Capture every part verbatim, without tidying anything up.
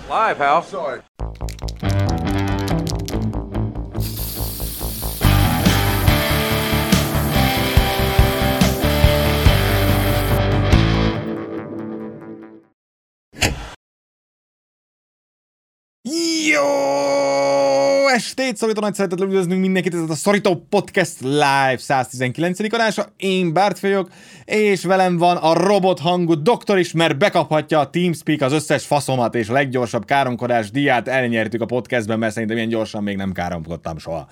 Live, Hal. Sorry. Jó estét! Szorító nagy szeretettel üdvözlünk mindenkit, ez a Szorító Podcast Live száztizenkilencedik adása. Én Bárt vagyok, és velem van a robot hangú doktor is, mert bekaphatja a TeamSpeak az összes faszomat, és a leggyorsabb káromkodás díját elnyertük a podcastben, mert szerintem ilyen gyorsan még nem káromkodtam soha.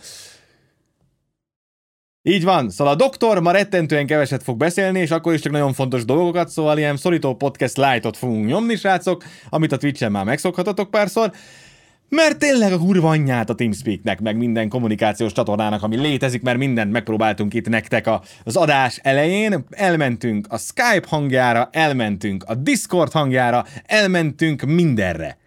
Így van, szóval a doktor ma rettentően keveset fog beszélni, és akkor is csak nagyon fontos dolgokat, szóval ilyen Szorító Podcast Lite-ot fogunk nyomni, srácok, amit a Twitch-en már megszokhatatok párszor, mert tényleg a kurva anyját a TeamSpeaknek, meg minden kommunikációs csatornának, ami létezik, mert mindent megpróbáltunk itt nektek az adás elején, elmentünk a Skype hangjára, elmentünk a Discord hangjára, elmentünk mindenre.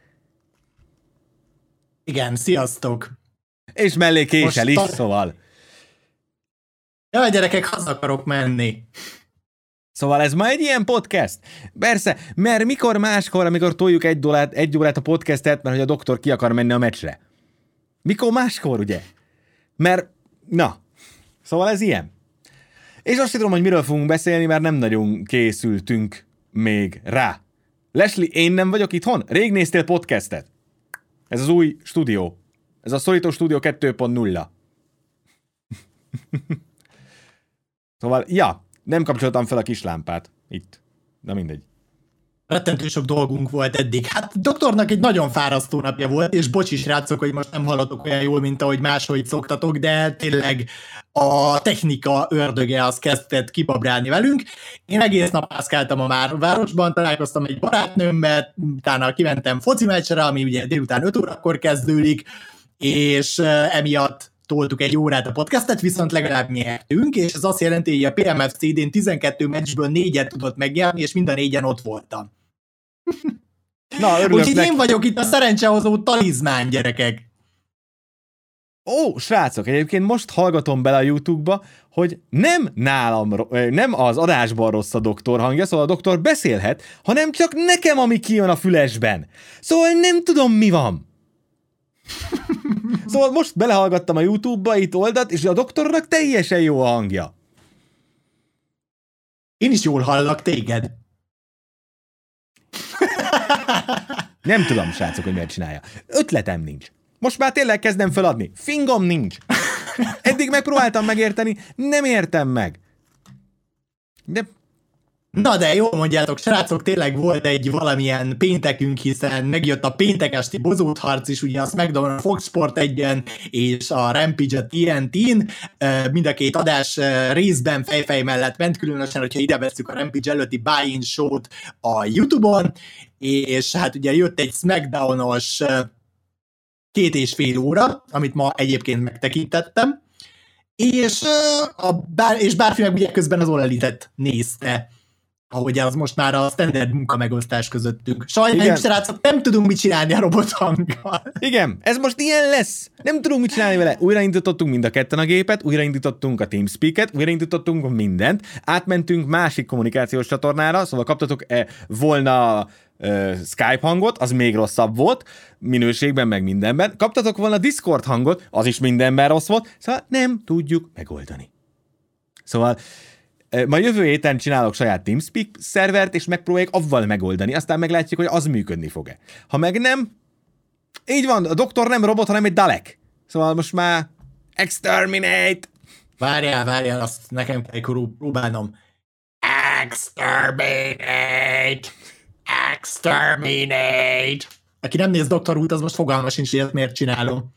Igen, sziasztok! És mellé késel is, ta- szóval... Jaj, gyerekek, haza akarok menni. Szóval ez ma egy ilyen podcast? Persze, mert mikor máskor, amikor toljuk egy órát, egy órát a podcastet, mert hogy a doktor ki akar menni a meccsre? Mikor máskor, ugye? Mert, na, szóval ez ilyen. És azt tudom, hogy miről fogunk beszélni, mert nem nagyon készültünk még rá. Leslie, én nem vagyok itthon? Rég néztél podcastet? Ez az új stúdió. Ez a Szorító Stúdió kettő pont nulla. Szóval, ja, nem kapcsoltam fel a kis lámpát. Itt. Na mindegy. Rettentő sok dolgunk volt eddig. Hát doktornak egy nagyon fárasztó napja volt, és bocsi srácok, hogy most nem hallatok olyan jól, mint ahogy máshogy szoktatok, de tényleg a technika ördöge az kezdett kibabrálni velünk. Én egész nap mászkáltam a már városban, találkoztam egy barátnőmmel, utána kimentem foci meccsre, ami ugye délután öt órakor kezdődik, és emiatt toltuk egy órát a podcastet, viszont legalább nyertünk, és ez azt jelenti, hogy a pé em ef cé idén tizenkét meccsből négyet tudott megnyerni, és mind a négyen ott voltam. Na, úgyhogy neki. Én vagyok itt a szerencsehozó talizmán, gyerekek. Ó, srácok, egyébként most hallgatom bele a YouTube-ba, hogy nem nálam, nem az adásban rossz a doktor hangja, szóval a doktor beszélhet, hanem csak nekem, ami kijön a fülesben. Szóval nem tudom, mi van. Szóval most belehallgattam a YouTube-ba, itt oldat, és a doktornak teljesen jó a hangja. Én is jól hallak téged. Nem tudom, srácok, hogy miért csinálja. Ötletem nincs. Most már tényleg kezdem feladni. Fingom nincs. Eddig megpróbáltam megérteni, nem értem meg. De... Na de jól mondjátok, srácok, tényleg volt egy valamilyen péntekünk, hiszen megjött a péntek esti bozótharc is, ugye a SmackDown, a Fox Sport egyen és a Rampage a té en tén. Mind a két adás részben fejfej mellett ment, különösen, hogyha ide vesszük a Rampage előtti buy-in show-t a YouTube-on, és hát ugye jött egy SmackDown-os két és fél óra, amit ma egyébként megtekintettem, és, a bár, és bárki meg ugye közben az All Elite-et nézte, ahogy az most már a standard munkamegosztás közöttünk. Sajnáljuk, srácok, nem tudunk mit csinálni a robothanggal. Igen, ez most ilyen lesz. Nem tudunk mit csinálni vele. Újraindítottunk mind a ketten a gépet, újraindítottunk a TeamSpeak-et, újraindítottunk mindent, átmentünk másik kommunikációs csatornára, szóval kaptatok e, volna e, Skype hangot, az még rosszabb volt, minőségben meg mindenben. Kaptatok volna Discord hangot, az is mindenben rossz volt, szóval nem tudjuk megoldani. Szóval ma jövő héten csinálok saját TeamSpeak szervert, és megpróbáljuk avval megoldani. Aztán meglátjuk, hogy az működni fog-e. Ha meg nem, így van, a doktor nem robot, hanem egy Dalek. Szóval most már exterminate! Várjál, várjál, azt nekem kell próbálnom. Exterminate! Exterminate! Aki nem néz Doktor út, az most fogalma sincs, hogy ezt miért csinálom.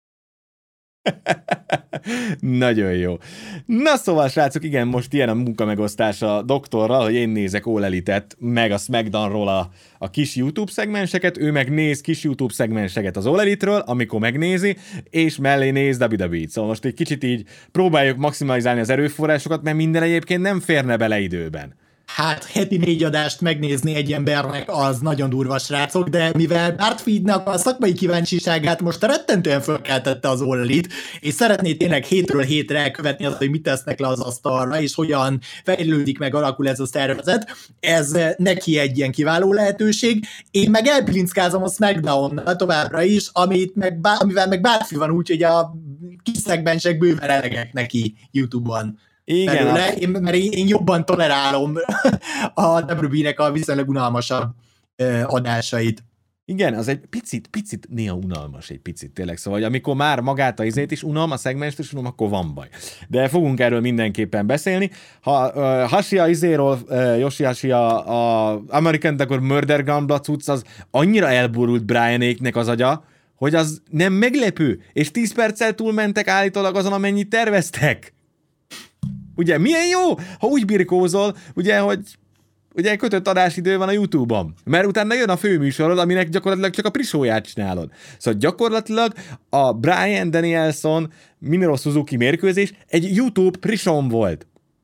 Nagyon jó. Na szóval, srácok, igen, most ilyen a munkamegosztás a doktorral, hogy én nézek All Elite-et, meg a SmackDownról a, a kis YouTube szegmenseket, ő meg néz kis YouTube szegmenseket az All Elite-ről, amikor megnézi, és mellé néz dupla vé dupla vé-t. Szóval most egy kicsit így próbáljuk maximalizálni az erőforrásokat, mert minden egyébként nem férne bele időben. Hát heti négy adást megnézni egy embernek az nagyon durva, srácok, de mivel Bart Feednek a szakmai kíváncsiságát most rettentően fölkeltette az Ollit, és szeretné tényleg hétről hétre elkövetni azt, hogy mit tesznek le az asztalra, és hogyan fejlődik meg, alakul ez a szervezet, ez neki egy ilyen kiváló lehetőség. Én meg elpilinckázom a SmackDown-nal továbbra is, amit meg, amivel meg Bart Feed van úgy, hogy a kis szegmensek bőven elegek neki YouTube-on. Igen. Belőle, én, mert én, én jobban tolerálom a dupla vé dupla é-nek a viszonylag unalmasabb ö, adásait. Igen, az egy picit, picit néha unalmas egy picit tényleg, szóval, hogy amikor már magát a izét is unom, a szegmest is unom, akkor van baj. De fogunk erről mindenképpen beszélni. Ha uh, Hashi a izéről, uh, Yoshihashi a, a American Decor Murder Gunblood cucc, az annyira elborult Brianéknek az agya, hogy az nem meglepő, és tíz perccel túlmentek állítólag azon, amennyit terveztek. Ugye, milyen jó, ha úgy birkózol, ugye, hogy ugye kötött adásidő van a YouTube-on, mert utána jön a főműsorod, aminek gyakorlatilag csak a prisóját csinálod. Szóval gyakorlatilag a Bryan Danielson Minoru Suzuki mérkőzés egy YouTube prisón volt.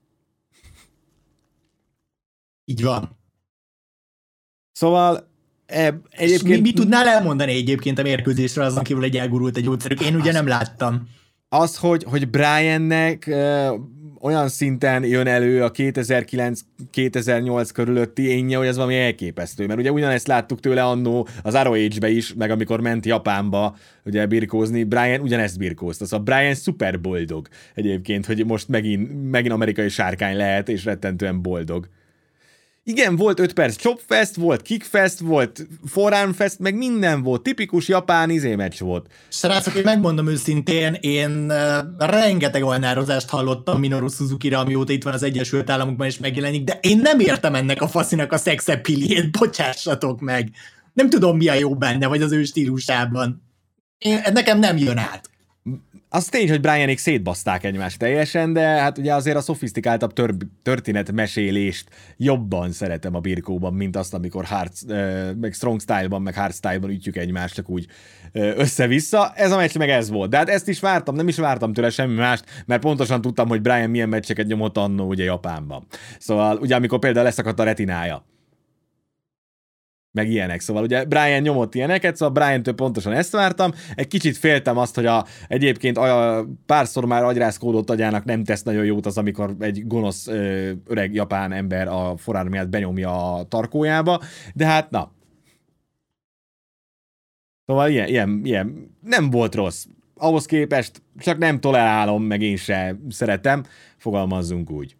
Így van. Szóval e, egyébként... Mi, mi tudnál elmondani egyébként a mérkőzésről, azon kívül egy elgurult egy útszerük? Én ugye nem láttam. Az, hogy, hogy Bryannek e, olyan szinten jön elő a kétezer-kilenc-kétezer-nyolc körülötti énje, hogy ez valami elképesztő, mert ugye ugyanezt láttuk tőle annó az er o há-be is, meg amikor ment Japánba ugye birkózni, Bryan ugyanezt birkózta, szóval Bryan szuper boldog egyébként, hogy most megint, megint amerikai sárkány lehet, és rettentően boldog. Igen, volt öt perc chopfest, volt kickfest, volt forearmfest, meg minden volt. Tipikus japán izémeccs volt. Srácok, én megmondom őszintén, én uh, rengeteg olnározást hallottam Minoru Suzuki-ra, amióta itt van az Egyesült Államokban és megjelenik, de én nem értem ennek a faszinak a szexepiliét, bocsássatok meg. Nem tudom, mi a jó benne, vagy az ő stílusában. Én, nekem nem jön át. Az tény, hogy Bryanék szétbaszták egymást teljesen, de hát ugye azért a szofisztikáltabb tör- történetmesélést jobban szeretem a birkóban, mint azt, amikor hard, uh, meg strong style-ban, meg hard style-ban ütjük egymást csak úgy uh, össze-vissza. Ez a meccs meg ez volt. De hát ezt is vártam, nem is vártam tőle semmi mást, mert pontosan tudtam, hogy Bryan milyen meccseket nyomott annó ugye Japánban. Szóval ugye amikor például leszakadt a retinája, meg ilyenek. Szóval ugye Bryan nyomott ilyeneket, szóval Bryantől pontosan ezt vártam. Egy kicsit féltem azt, hogy a, egyébként a, párszor már agyrázkódott agyának nem tesz nagyon jót az, amikor egy gonosz ö, öreg japán ember a forármját benyomja a tarkójába, de hát na. Szóval ilyen, ilyen, ilyen nem volt rossz. Ahhoz képest csak nem tolerálom, meg én se szeretem. Fogalmazzunk úgy.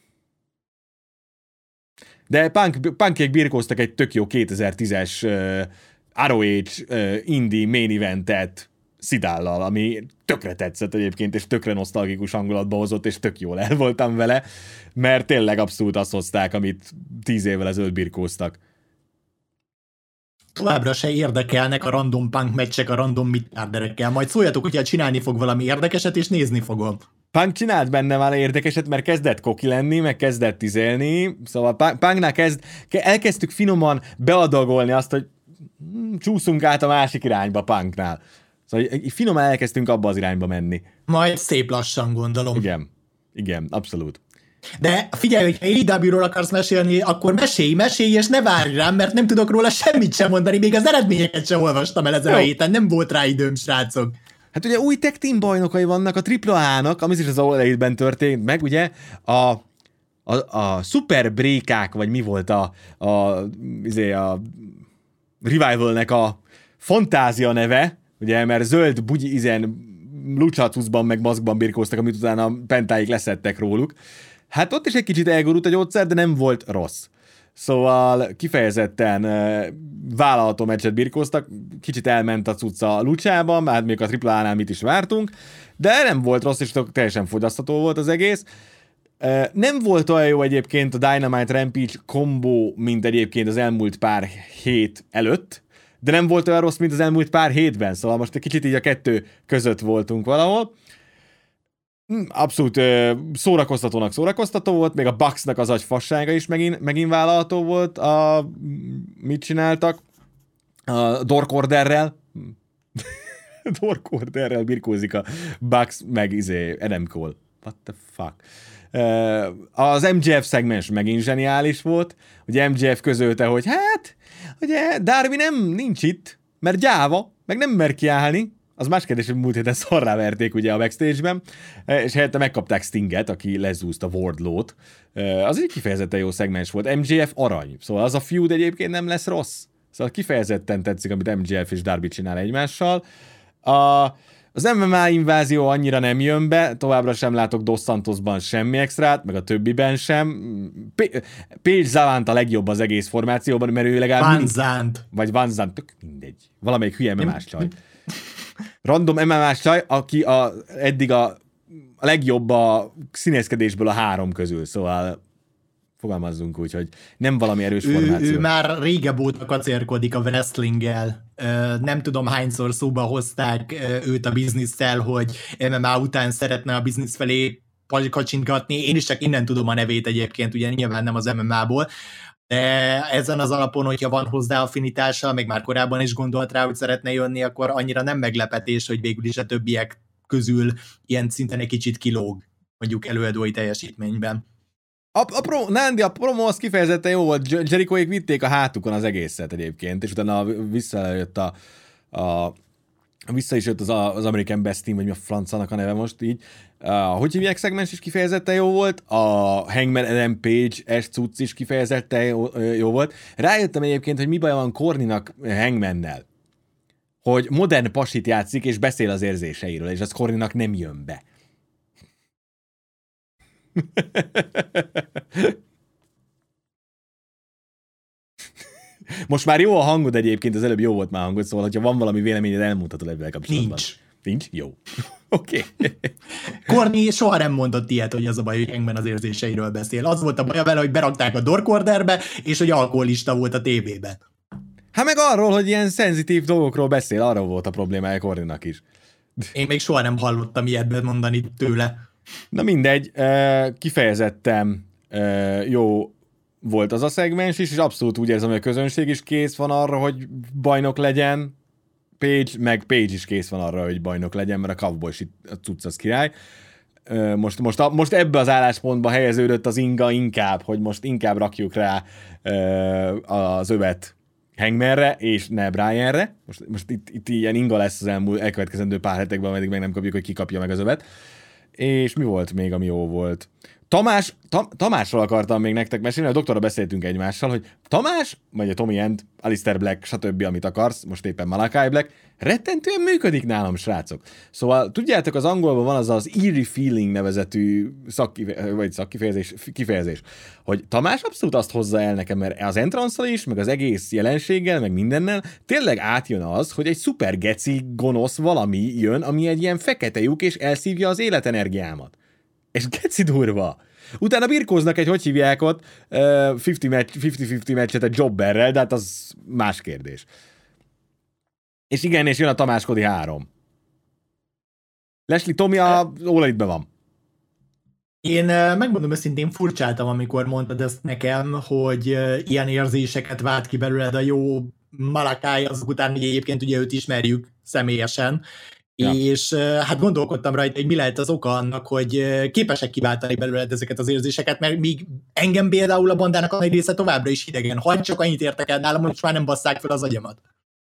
De punk, punkék birkóztak egy tök jó kétezer-tízes uh, er o há uh, indie main eventet Szidállal, ami tökre tetszett egyébként, és tökre nosztalgikus hangulatba hozott, és tök jól el voltam vele, mert tényleg abszolút azt hozták, amit tíz évvel ezelőtt birkóztak. Továbbra se érdekelnek a random punk meccsek a random midcarderekkel. Majd szóljatok, hogyha csinálni fog valami érdekeset, és nézni fogom. Punk csinált benne már érdekeset, mert kezdett koki lenni, meg kezdett izélni, szóval Punknál kezd, elkezdtük finoman beadagolni azt, hogy hm, csúszunk át a másik irányba Punknál. Szóval finoman elkezdtünk abba az irányba menni. Majd szép lassan, gondolom. Igen, igen, abszolút. De figyelj, hogy ha á é dupla vé-ról akarsz mesélni, akkor mesélj, mesélj, és ne várj rám, mert nem tudok róla semmit sem mondani, még az eredményeket sem olvastam el ezen Jó. a héten, nem volt rá időm, srácok. Hát ugye új tech team bajnokai vannak a tripla á-nak, ami is az All Elite-ben történt meg, ugye a, a, a Super Breakák, vagy mi volt a, a, a, a Revivalnek a fantázia neve, ugye, mert zöld bugyi izen lucsacuszban meg maszkban birkóztak, amit utána pentáik leszettek róluk. Hát ott is egy kicsit elgurult a gyógyszer, de nem volt rossz. Szóval kifejezetten uh, vállalható meccset birkóztak, kicsit elment a cucca a lucsában, már még a tripla á-nál mit is vártunk, de nem volt rossz, és teljesen fogyasztható volt az egész. Uh, nem volt olyan jó egyébként a Dynamite Rampage kombó, mint egyébként az elmúlt pár hét előtt, de nem volt olyan rossz, mint az elmúlt pár hétben, szóval most egy kicsit így a kettő között voltunk valahol. Abszolút szórakoztatónak szórakoztató volt, még a Bucksnak az agyfassága is megint, megint vállalható volt, a, mit csináltak, a Dark Orderrel, Dark Orderrel birkózik a Bucks, meg izé Adam Cole. what the fuck. Az em jé ef szegmens megint zseniális volt, ugye em jé ef közölte, hogy hát, ugye Darby nem, nincs itt, mert gyáva, meg nem mer kiállni, az más kérdés, hogy múlt héten szarrá verték ugye a backstage-ben, és helyette megkapták Stinget, aki lezúzta Wardlow-t. Az egy kifejezetten jó szegmens volt. em jé ef arany, szóval az a feud egyébként nem lesz rossz. Szóval kifejezetten tetszik, amit em jé ef és Darby csinál egymással. A Az em em á invázió annyira nem jön be, továbbra sem látok Dos Santosban semmi extrát, meg a többiben sem. P- Page Zavant a legjobb az egész formációban, mert ő legalább... Van Zandt. Vagy Van Zandt, tök mindegy. Valamelyik hülye em em á-s csaj. Random em em á-s csaj, aki a, eddig a, a legjobb a színészkedésből a három közül, szóval fogalmazzunk úgy, hogy nem valami erős ő, formáció. Ő már régebb óta kacérkodik a wrestlinggel. Nem tudom hányszor szóba hozták őt a bizniszsel, hogy em em á után szeretne a biznisz felé kacsintgatni. Én is csak innen tudom a nevét egyébként, ugye nyilván nem az em em á-ból. De ezen az alapon, hogyha van hozzá affinitása, meg már korábban is gondolt rá, hogy szeretne jönni, akkor annyira nem meglepetés, hogy végül is a többiek közül ilyen szinten egy kicsit kilóg, mondjuk előadói teljesítményben. A, a pro, Nandi, a promo az kifejezetten jó volt, Jerichoék vitték a hátukon az egészet egyébként, és utána visszajött a, a vissza is jött az, az American Best Team, vagy mi a francának a neve most így. Uh, hogy hívják szegmens is kifejezetten jó volt, a Hangman Adam Page-es cucc is kifejezetten jó, jó volt. Rájöttem egyébként, hogy mi baj van Corninak Hangmannel, hogy modern pasit játszik, és beszél az érzéseiről, és az Corninak nem jön be. Most már jó a hangod egyébként, az előbb jó volt már hangod, szóval, hogyha van valami véleményed, elmondhatod ebben kapcsolatban. Nincs. Nincs? Jó. Oké. Okay. Korni soha nem mondott ilyet, hogy az a baj, hogy Hangman az érzéseiről beszél. Az volt a baja vele, hogy berakták a Dark Orderbe, és hogy alkoholista volt a tévében. Hát meg arról, hogy ilyen szenzitív dolgokról beszél, arról volt a problémája Korninak is. Én még soha nem hallottam ilyet mondani tőle. Na mindegy, kifejezetten jó volt az a szegmens is, és abszolút úgy érzem, hogy a közönség is kész van arra, hogy bajnok legyen Page, meg Page is kész van arra, hogy bajnok legyen, mert a Cowboys a cucc az király. Most, most, a, most ebbe az álláspontba helyeződött az inga inkább, hogy most inkább rakjuk rá az övet Hangmanre, és ne Bryanre. Most, most itt, itt ilyen inga lesz az elmúlt elkövetkezendő pár hetekben, ameddig meg nem kapjuk, hogy ki kapja meg az övet. És mi volt még, ami jó volt? Tamás, Tam, Tamásról akartam még nektek mesélni, a doktorra beszéltünk egymással, hogy Tamás, vagy a Tommy End, Alistair Black, stb. Amit akarsz, most éppen Malachi Black, rettentően működik nálam, srácok. Szóval tudjátok, az angolban van az az eerie feeling nevezetű szakkifejezés, vagy szakkifejezés, kifejezés, hogy Tamás abszolút azt hozza el nekem, mert az entrance-szal is, meg az egész jelenséggel, meg mindennel, tényleg átjön az, hogy egy szuper geci, gonosz valami jön, ami egy ilyen fekete lyuk, és elszívja az életenergiámat. És geci durva. Utána birkóznak egy, hogy hívják ott, ötven-ötven meccset egy jobberrel, de hát az más kérdés. És igen, és jön a Tamás Cody három. Leslie Tomi a ólalitbe van. Én megmondom őszintén, furcsáltam, amikor mondtad ezt nekem, hogy ilyen érzéseket vált ki belőled a jó Malachi, azok után, hogy egyébként ugye őt ismerjük személyesen, ja. És hát gondolkodtam rajta, hogy mi lehet az oka annak, hogy képesek kiváltani belőled ezeket az érzéseket, mert míg engem például a bandának a nagy része továbbra is hidegen hagy, csak annyit értek el nálam, hogy már nem basszák fel az agyamat.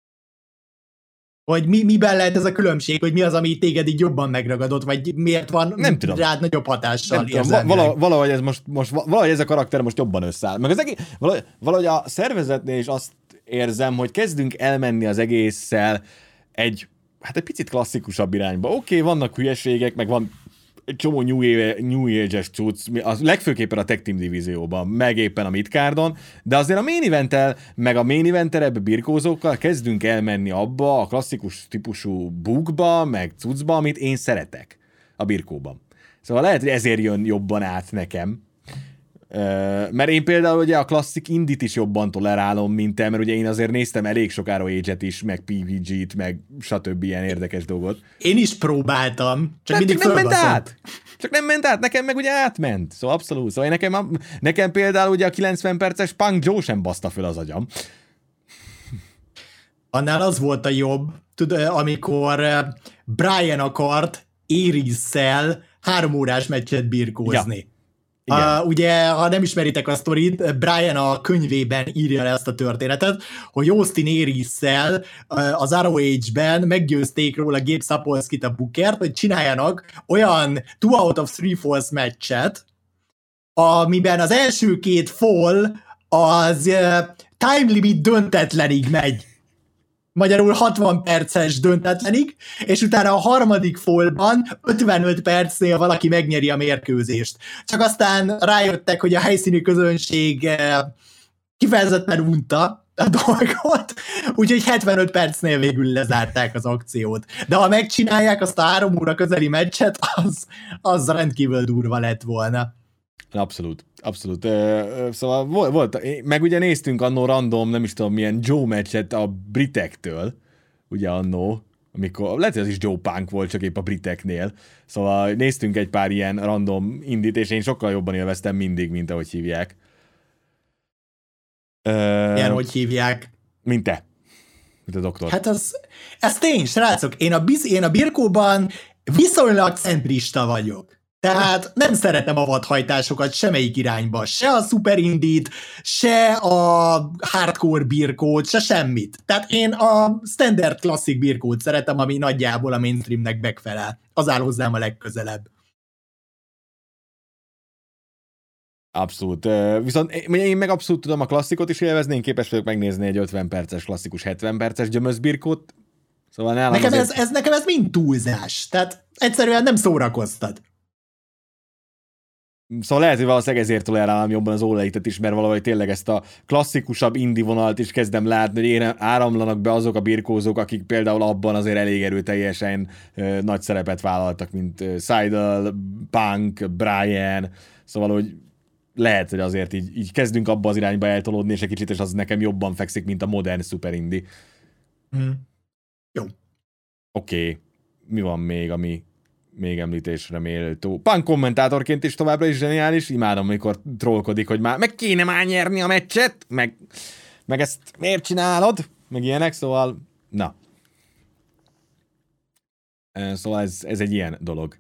Hogy mi, miben lehet ez a különbség, hogy mi az, ami téged így jobban megragadott, vagy miért van nem tudom. rád nagyobb hatással érzelmileg. Val- valahogy ez most, most, valahogy ez a karakter most jobban összeáll. Meg az egész, valahogy, valahogy a szervezetnél is azt érzem, hogy kezdünk elmenni az egésszel egy, hát egy picit klasszikusabb irányba. Oké, okay, vannak hülyeségek, meg van egy csomó New, New Age-es cucc, az legfőképpen a Tag Team divízióban, meg éppen a midcardon, de azért a main eventtel, meg a main eventer ebbe birkózókkal kezdünk elmenni abba a klasszikus típusú bukba, meg cuccba, amit én szeretek a birkóban. Szóval lehet, hogy ezért jön jobban át nekem. Mert én például ugye a klasszik indit is jobban tolerálom, mint te, mert ugye én azért néztem elég sok Arrow Age-et is, meg pé vé gét, meg stb. Ilyen érdekes dolgot. Én is próbáltam, csak mindig csak nem ment át. Csak nem ment át, nekem meg ugye átment. Szóval abszolút. Szóval nekem, nekem például ugye a kilencven perces Punk Joe sem baszta föl az agyam. Annál az volt a jobb, tudod, amikor Brian akart Érisszel három órás meccset birkózni. Ja. Uh, ugye, ha nem ismeritek a sztorit, Brian a könyvében írja le ezt a történetet, hogy Austin Aries-szel uh, az R O H-ben meggyőzték róla Gabe Sapolskyt, a Bookert, hogy csináljanak olyan two out of three falls meccset, amiben az első két fall az uh, time limit döntetlenig megy. Magyarul hatvan perces döntetlenig, és utána a harmadik fallban ötvenöt percnél valaki megnyeri a mérkőzést. Csak aztán rájöttek, hogy a helyszíni közönség kifejezetten unta a dolgot, úgyhogy hetvenöt percnél végül lezárták az akciót. De ha megcsinálják azt a három óra közeli meccset, az, az rendkívül durva lett volna. Abszolút, abszolút. Szóval volt, volt, meg ugye néztünk annó random, nem is tudom milyen Joe meccset a britektől, ugye annó, amikor, lehet, hogy az is Joe Punk volt, csak épp a briteknél. Szóval néztünk egy pár ilyen random indít, és én sokkal jobban élveztem mindig, mint ahogy hívják. Ilyen, hogy hívják? Mint te. Mint a doktor. Hát az, ez tény, srácok, én a, biz, én a birkóban viszonylag centrista vagyok. Tehát nem szeretem a vadhajtásokat semmelyik irányba, se a Super Indit, se a hardcore birkót, se semmit. Tehát én a standard klasszik birkót szeretem, ami nagyjából a mainstreamnek megfelel. Az áll hozzám a legközelebb. Abszolút. Viszont én meg abszolút tudom a klasszikot is élvezni, én képes vagyok megnézni egy ötven perces klasszikus hetven perces gyömözbirkót. Szóval nálam nekem, azért... ez, ez, nekem ez mind túlzás. Tehát egyszerűen nem szórakoztat. Szóval lehet, hogy valószínűleg ezért tolerálom jobban az All Elite-et is, mert valahogy tényleg ezt a klasszikusabb indie vonalat is kezdem látni, hogy én áramlanak be azok a birkózók, akik például abban azért elég erőteljesen ö, nagy szerepet vállaltak, mint ö, Seidel, Punk, Brian, szóval hogy lehet, hogy azért így, így kezdünk abba az irányba eltolódni, és egy kicsit, és az nekem jobban fekszik, mint a modern super indie. Mm. Jó. Oké, okay. Mi van még, ami még említésre méltó? Punk kommentátorként is továbbra is zseniális, imádom, amikor trollkodik, hogy már meg kéne már nyerni a meccset, meg, meg ezt miért csinálod, meg ilyenek, szóval na. Szóval ez, ez egy ilyen dolog.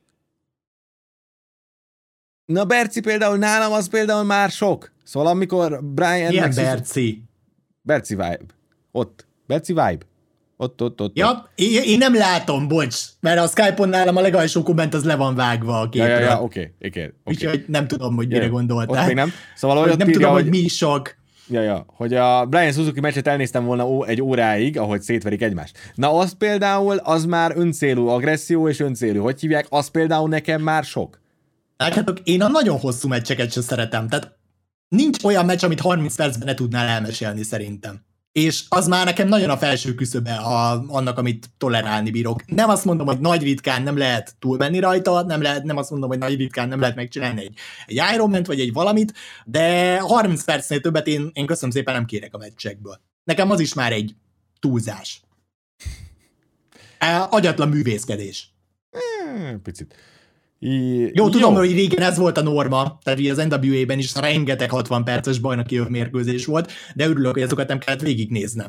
Na Berci például nálam az például már sok. Szóval amikor Brian... Milyen Berci? Berci vibe. Ott. Berci vibe. Ott, ott, ott. Ja, én, én nem látom, bocs, mert a Skype-on nálam a legalsó komment az le van vágva a képről. Ja, ja, ja, oké, okay, okay, okay. Úgyhogy nem tudom, hogy mire ja, gondoltál. Ott még nem. Szóval hogy nem írja, tudom, hogy hogy mi is sok. Ja, ja, hogy a Brian Suzuki meccset elnéztem volna ó, egy óráig, ahogy szétverik egymást. Na az például, az már öncélú agresszió és öncélú. Hogy hívják? Az például nekem már sok. Látjátok, én a nagyon hosszú meccseket sem szeretem. Tehát nincs olyan meccs, amit harminc percben ne tudnál elmesélni szerintem. És az már nekem nagyon a felső küszöbe a, annak, amit tolerálni bírok. Nem azt mondom, hogy nagy ritkán nem lehet túlmenni rajta, nem, lehet, nem azt mondom, hogy nagy ritkán nem lehet megcsinálni egy, egy Ironman-t vagy egy valamit, de harminc percnél többet én, én köszönöm szépen nem kérek a meccsekből. Nekem az is már egy túlzás. Agyatlan művészkedés. Picit. I... Jó, tudom, Jó. hogy régen ez volt a norma, tehát az en dupla vé á-ben is rengeteg hatvan perces bajnoki mérkőzés volt, de örülök, hogy azokat nem kellett végignéznem.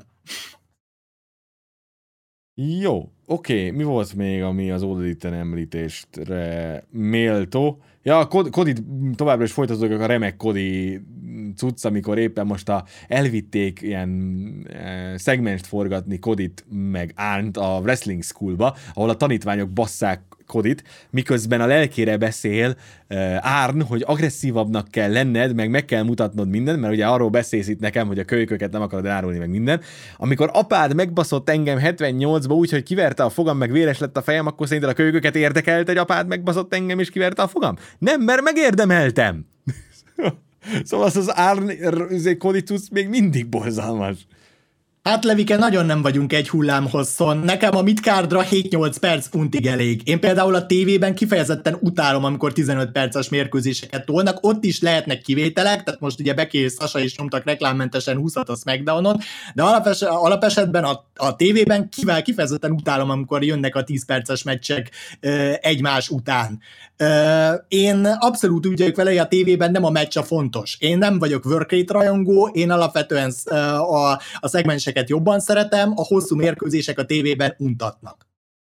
Jó, oké, okay. Mi volt még, ami az All Elite-en említéstre méltó? Ja, a Codit továbbra is folytatódok a remek Cody cucc, amikor éppen most a, elvitték ilyen e, szegmenst forgatni Codit meg Arnt a Wrestling Schoolba, ahol a tanítványok basszák Codit, miközben a lelkére beszél uh, Arn, hogy agresszívabbnak kell lenned, meg meg kell mutatnod mindent, mert ugye arról beszélsz itt nekem, hogy a kölyköket nem akarod elárulni, meg minden. Amikor apád megbaszott engem hetvennyolcba úgy, hogy kiverte a fogam, meg véres lett a fejem, akkor szerinted a kölykök érdekelt, hogy apád megbaszott engem, és kiverte a fogam? Nem, mert megérdemeltem! Szóval az az Arn Cody cucc még mindig borzalmas. Hát Levike, nagyon nem vagyunk egy hullám hosszon. Nekem a midcardra hét-nyolc perc untig elég. Én például a tévében kifejezetten utálom, amikor tizenöt perces mérkőzéseket tolnak. Ott is lehetnek kivételek, tehát most ugye Becky és Sasha is nyomtak reklámmentesen húszat a SmackDownon, de alapes, alapesetben a, a tévében kivel kifejezetten utálom, amikor jönnek a tíz perces meccsek ö, egymás után. Ö, én abszolút úgy vagyok vele, hogy a tévében nem a meccs a fontos. Én nem vagyok work rate rajongó, én alapvetően ö, a, a szegmenseket jobban szeretem, a hosszú mérkőzések a tévében untatnak.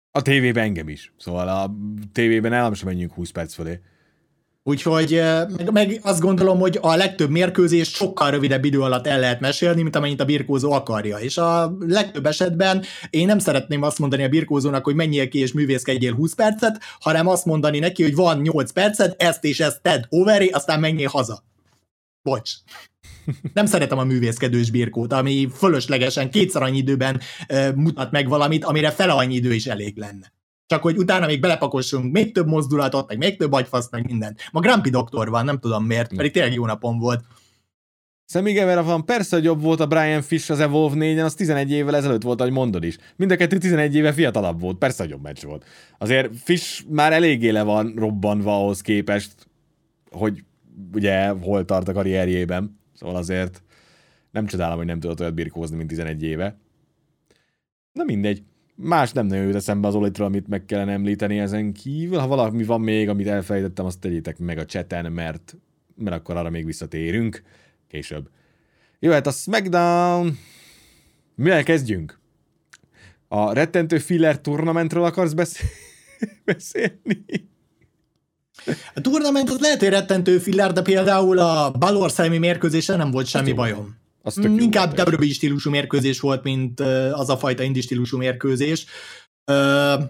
A tévében engem is. Szóval a tévében el sem menjünk húsz perc fölé. Úgyhogy meg, meg azt gondolom, hogy a legtöbb mérkőzést sokkal rövidebb idő alatt el lehet mesélni, mint amennyit a birkózó akarja. És a legtöbb esetben én nem szeretném azt mondani a birkózónak, hogy menjél ki és művészkedjél húsz percet, hanem azt mondani neki, hogy van nyolc percet, ezt és ezt tedd overé, aztán menjél haza. Bocs. Nem szeretem a művészkedős birkót, ami fölöslegesen kétszer annyi időben uh, mutat meg valamit, amire fele annyi idő is elég lenne. Csak hogy utána még belepakossunk még több mozdulatot, meg még több agyfaszt, meg mindent. Ma Grumpy doktor van, nem tudom miért, pedig tényleg jó napom volt. Sammy Guevara van, persze, hogy jobb volt a Brian Fish az Evolve négyen, az tizenegy évvel ezelőtt volt, ahogy mondod is. Mind a kettő tizenegy éve fiatalabb volt, persze, hogy jobb meccs volt. Azért Fish már eléggé le van robbanva ahhoz képest, hogy ugye hol tart a karrierjében. Szóval azért nem csodálom, hogy nem tudott olyat birkózni, mint tizenegy éve. Na mindegy. Más nem nagyon jut eszembe az Olitról, amit meg kellene említeni ezen kívül. Ha valami van még, amit elfelejtettem, azt tegyétek meg a chaten, mert, mert akkor arra még visszatérünk később. Jöhet a SmackDown. Mivel kezdjünk? A rettentő filler turnamentről akarsz beszél- beszélni? A turnament az lehet, hogy rettentő filler, de például a Balor Sammy mérkőzésen nem volt semmi bajom. Inkább dupla vé dupla é stílusú mérkőzés volt, mint az a fajta indi stílusú mérkőzés, uh,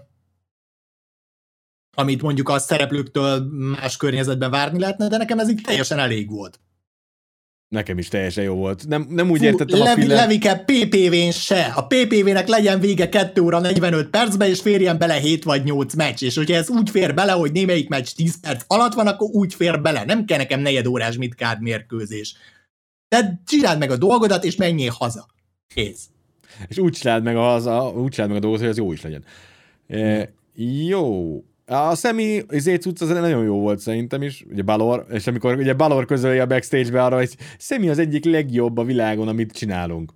amit mondjuk a szereplőktől más környezetben várni lehetne, de nekem ez így teljesen elég volt. Nekem is teljesen jó volt. Nem, nem úgy Fú, értettem Levi, a filler... Levike, pé pé vén se. A pé pé vének legyen vége kettő óra negyvenöt percben, és férjen bele hét vagy nyolc meccs. És hogyha ez úgy fér bele, hogy némelyik meccs tíz perc alatt van, akkor úgy fér bele. Nem kell nekem negyed órás midcard mérkőzés. De csináld meg a dolgodat, és menjél haza. Kész. És úgy csináld meg, az, a, úgy csináld meg a dolgot, hogy az jó is legyen. E, jó. A Sammy Zécuc az nagyon jó volt szerintem is, ugye Balor, és amikor ugye Balor közölje a backstage-be arra, hogy Sammy az egyik legjobb a világon, amit csinálunk.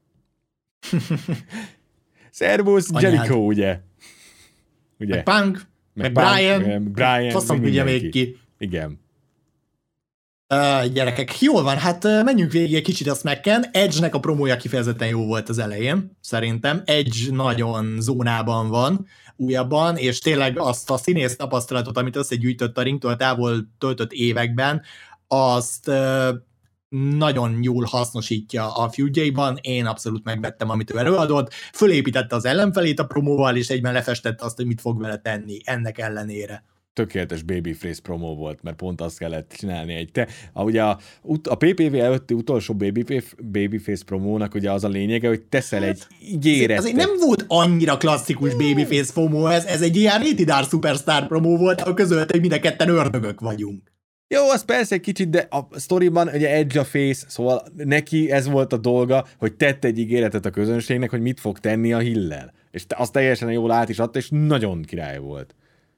Servus Jericho, ugye? ugye? Meg Punk, meg, meg Brian, meg Brian, faszom tudja még ki. Igen. Uh, gyerekek, jól van, hát uh, menjünk végig egy kicsit a Smacken. Edge-nek a promója kifejezetten jó volt az elején, szerintem. Edge nagyon zónában van újabban, és tényleg azt a színész tapasztalatot, amit összegyűjtött a ringtől távol töltött években, azt uh, nagyon jól hasznosítja a feudjaiban. Én abszolút megvettem, amit ő előadott. Fölépítette az ellenfelét a promóval, és egyben lefestette azt, hogy mit fog vele tenni ennek ellenére. Tökéletes babyface promó volt, mert pont azt kellett csinálni egy te. Ugye a, a pé pé vé előtti utolsó babyface, babyface promónak ugye az a lényege, hogy teszel egy ígéretet. Azért nem volt annyira klasszikus babyface promó ez, ez egy ilyen rated R superstar promó volt, ahol közölte, hogy mind a ketten ördögök vagyunk. Jó, az persze egy kicsit, de a sztoriban ugye Edge a face, szóval neki ez volt a dolga, hogy tett egy ígéretet a közönségnek, hogy mit fog tenni a Hill-lel. És azt teljesen jól át is adta, és nagyon király volt.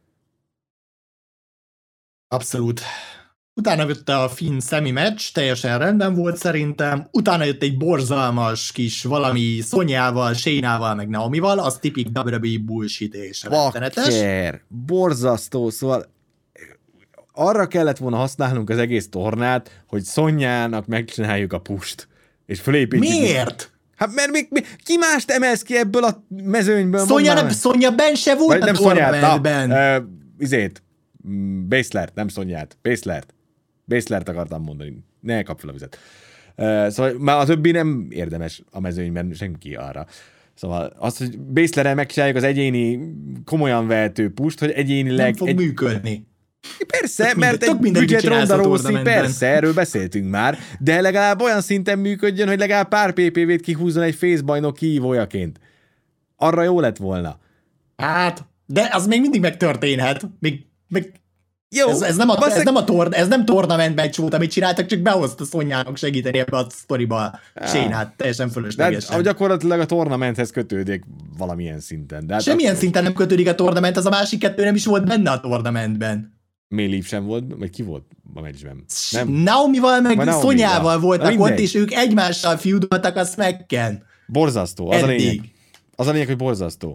Abszolút. Utána jött a Finn Sammy meccs, teljesen rendben volt szerintem. Utána jött egy borzalmas kis valami Szonyával, Shane-ával, meg Naomival, az tipik dupla vé dupla é bullshit és rettenetes. Bakker, borzasztó, szóval arra kellett volna használnunk az egész tornát, hogy Szonyának megcsináljuk a pust. És fölépítjük. Miért? Hát mert még, még ki mást emelsz ki ebből a mezőnyből? Szonya, nem, Szonya ben se volt vagy a tornamentben. Uh, izét. Basslert, nem Szonyát. Basslert. Basslert akartam mondani. Ne kap fel a vizet. Uh, szóval már a többi nem érdemes a mezőnyben senki arra. Szóval azt, hogy Basslerrel megcsináljuk az egyéni, komolyan vehető pust, hogy egyénileg... Nem fog egy... működni. Persze, tök mert minden, egy budget Ronda Rousey, persze, erről beszéltünk már, de legalább olyan szinten működjön, hogy legalább pár pé pé vét kihúzzon egy facebajnok kihívójaként. Arra jó lett volna. Hát, de az még mindig megtörténhet. Még, még jó, ez, ez, nem a, ez, nem a tor, ez nem tornament meccs volt, amit csináltak, csak behozta Szonyának segíteni ebbe a sztoriba Shane-át, teljesen fölöslegesen. De gyakorlatilag a tornamenthez kötődik valamilyen szinten. De hát semmilyen a... szinten nem kötődik a tornament, az a másik kettő nem is volt benne a tornamentben. Méliv sem volt, vagy ki volt a meccsben? Nem. Naomival meg Szonyával voltak ott, és ők egymással feudoltak a Smacken. Borzasztó, az Eddig. a lényeg. Az a lényeg, hogy borzasztó.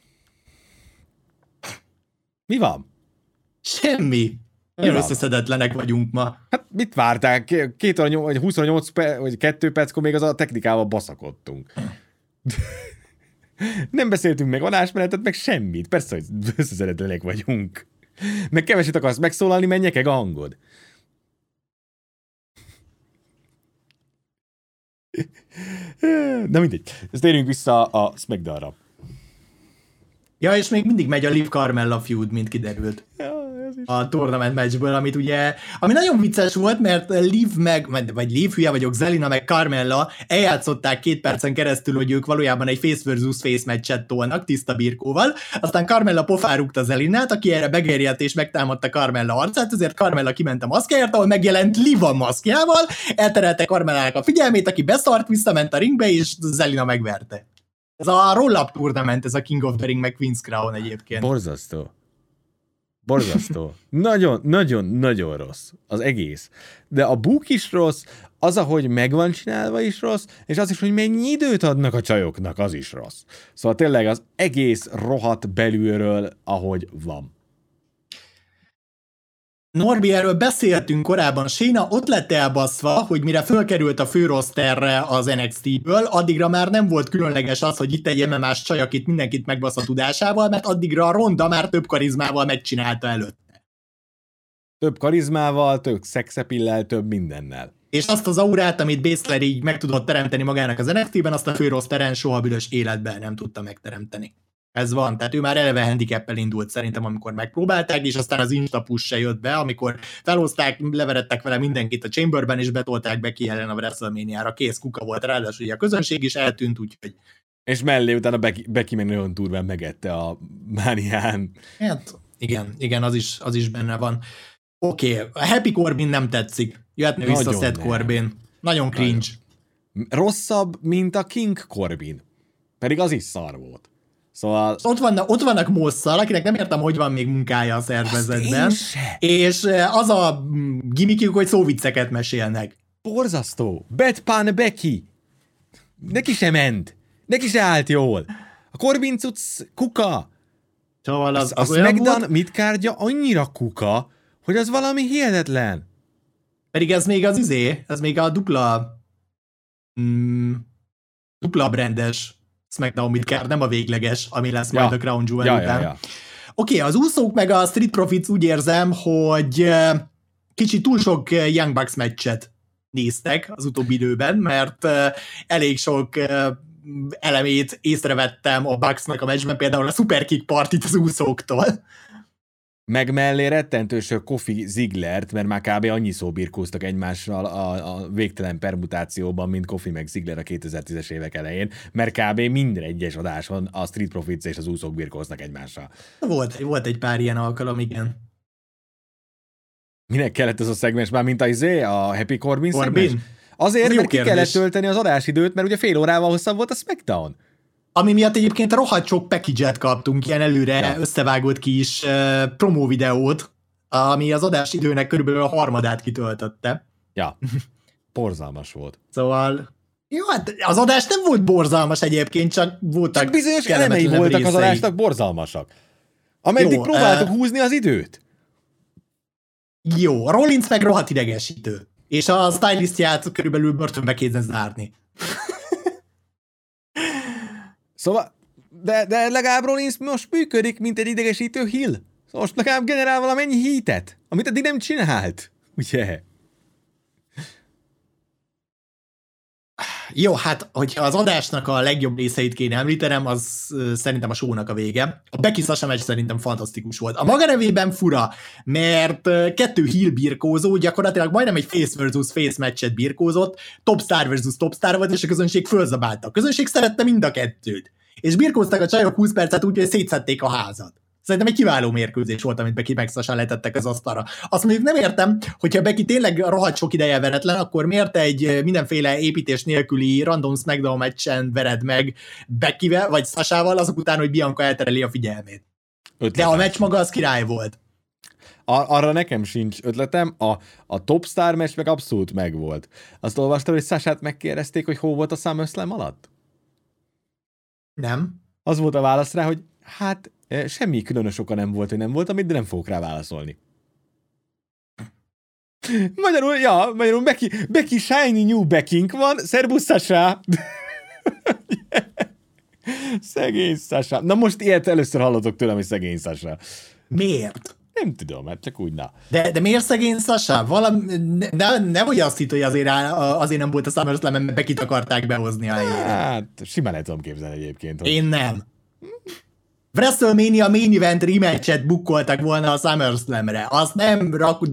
Mi van? Semmi. Nagyon összeszedetlenek vagyunk ma. Hát mit várták? Két óra, vagy huszonnyolc perc, vagy kettő perckor még az a technikával baszakodtunk. Nem beszéltünk meg adásmenetet, meg semmit. Persze, hogy összeszeretlenek vagyunk. Meg keveset akarsz megszólalni, menj nyekeg a hangod. Na mindegy. Ezt térjünk vissza a SmackDownra. Ja, és még mindig megy a Liv Carmella feud, mint kiderült. Ja, a tournament matchből, amit ugye, ami nagyon vicces volt, mert Liv meg, vagy Liv, hülye vagyok, Zelina meg Carmella eljátszották két percen keresztül, hogy ők valójában egy face versus face matchet tolnak tiszta birkóval, aztán Carmella pofárugta Zelinát, aki erre begérjedt és megtámadta Carmella arcát, ezért Carmella kiment a maszkjáért, ahol megjelent Liv a maszkjával, elterelte Carmellának a figyelmét, aki beszart, visszament a ringbe, és Zelina megverte. Ez a roll-up tournament, ez a King of the Ring meg Queen's Crown egyébként. Borzasztó. Borzasztó. Nagyon, nagyon, nagyon rossz az egész. De a book is rossz, az, ahogy meg van csinálva is rossz, és az is, hogy mennyi időt adnak a csajoknak, az is rossz. Szóval tényleg az egész rohadt belülről, ahogy van. Norbi, erről beszéltünk korábban, Shayna ott lett elbaszva, hogy mire fölkerült a főroszterre az en iksz té-ből, addigra már nem volt különleges az, hogy itt egy em em á-s csaj, akit mindenkit megbasz a tudásával, mert addigra a Ronda már több karizmával megcsinálta előtte. Több karizmával, több szexepillel, több mindennel. És azt az aurát, amit Baszler így meg tudott teremteni magának az en iksz té-ben, azt a főroszteren soha büdös életben nem tudta megteremteni. Ez van, tehát ő már eleve handicappel indult szerintem, amikor megpróbálták, és aztán az Insta push se jött be, amikor felhozták, leverettek vele mindenkit a Chamberben, és betolták Becky ellen a WrestleMania-ra, kész kuka volt, ráadásul ugye a közönség is eltűnt, úgyhogy... És mellé utána Becky, Becky meg nagyon durván megette a mánián. Hát igen, igen, az is, az is benne van. Oké, okay. A Happy Corbin nem tetszik. Jöhetne vissza Seth Corbin. Nagyon cringe. Nagyon. Rosszabb, mint a King Corbin. Pedig az is szar volt. Szóval... Ott vannak, ott vannak Mosszal, akinek nem értem, hogy van még munkája a szervezetben. És az a gimmickjük, hogy szóvicceket mesélnek. Borzasztó. Bedpan Becky. Neki se ment. Neki se állt jól. A Corbin cucc kuka. Szóval az, az, az a SmackDown midcardja annyira kuka, hogy az valami hihetetlen. Pedig ez még az izé, ez még a dupla mm, dupla brandes SmackDown midcard, nem a végleges, ami lesz ja. majd a Crown Jewel ja, után. Ja, ja. Oké, okay, az úszók meg a Street Profits úgy érzem, hogy kicsit túl sok Young Bucks meccset néztek az utóbbi időben, mert elég sok elemét észrevettem a Bucksnak a meccsben, például a Superkick partit az úszóktól. Meg mellé rettentősök Kofi Ziglert, mert már kb. Annyi szó birkóztak egymással a, a végtelen permutációban, mint Kofi meg Ziggler a kétezer-tízes évek elején, mert kb. Minden egyes adáson a Street Profits és az úszók birkóznak egymással. Volt, volt egy pár ilyen alkalom, igen. Minek kellett ez a szegmens már, mint a izé, a Happy Corbin, Corbin? szegmens? Azért, mert ki kellett tölteni az adásidőt, mert ugye fél órával hosszabb volt a SmackDown. Ami miatt egyébként rohadt sok package-et kaptunk, ilyen előre ja. összevágott kis uh, promó videót, ami az adásidőnek körülbelül a harmadát kitöltötte. Ja, borzalmas volt. Szóval, jó, hát az adás nem volt borzalmas egyébként, csak voltak csak bizonyos elemei voltak részei. Az adásnak borzalmasak. Ameddig jó, próbáltuk uh, húzni az időt. Jó, a Rollins meg rohadt idegesítő. És a stylistját körülbelül börtönbe kéne zárni. Szóval, de, de legalább Rollins most működik, mint egy idegesítő heel. Szóval most legalább generál valamennyi heatet, amit eddig nem csinált. Ugye? Jó, hát, hogyha az adásnak a legjobb részeit kéne említenem, az uh, szerintem a show-nak a vége. A Becky Sasha meccs szerintem fantasztikus volt. A maga nevében fura, mert uh, kettő heel birkózó, gyakorlatilag majdnem egy face versus face meccset birkózott, top star versus top star volt, és a közönség fölzabálta. A közönség szerette mind a kettőt. És birkóztak a csajok húsz percet úgy, hogy szétszedték a házat. Szerintem egy kiváló mérkőzés volt, amit Becky meg Sasha letettek az asztalra. Azt mondjuk nem értem, hogyha Becky tényleg rohadt sok ideje veretlen, akkor miért egy mindenféle építés nélküli random SmackDown meccsen vered meg Beckyvel, vagy Sashával azok után, hogy Bianca eltereli a figyelmét. Ötletem. De a meccs maga az király volt. Ar- arra nekem sincs ötletem, a, a Top Star meccs meg abszolút megvolt. Azt olvastad, hogy Sashát megkérdezték, hogy hol volt a SummerSlam alatt? Nem. Az volt a válasz rá, hogy hát semmi különös oka nem volt, hogy nem volt, amit, de nem fogok rá válaszolni. Magyarul, ja, magyarul Becky, Becky Shiny New Beckink van, szervusz Sasha! Szegény Sasha. Na most ilyet először hallottok tőlem, hogy szegény Sasha. Miért? Nem tudom, hát csak úgy, na. De, de miért szegény Sasha? Valami, ne, ne vagy azt hitt, hogy azért, azért nem volt a SummerSlam, mert Beckit akarták behozni a helyére. Hát, simán el tudom képzelni egyébként. Hogy... Én nem. WrestleMania main event rematchet bukkoltak volna a SummerSlamre. Azt nem rak,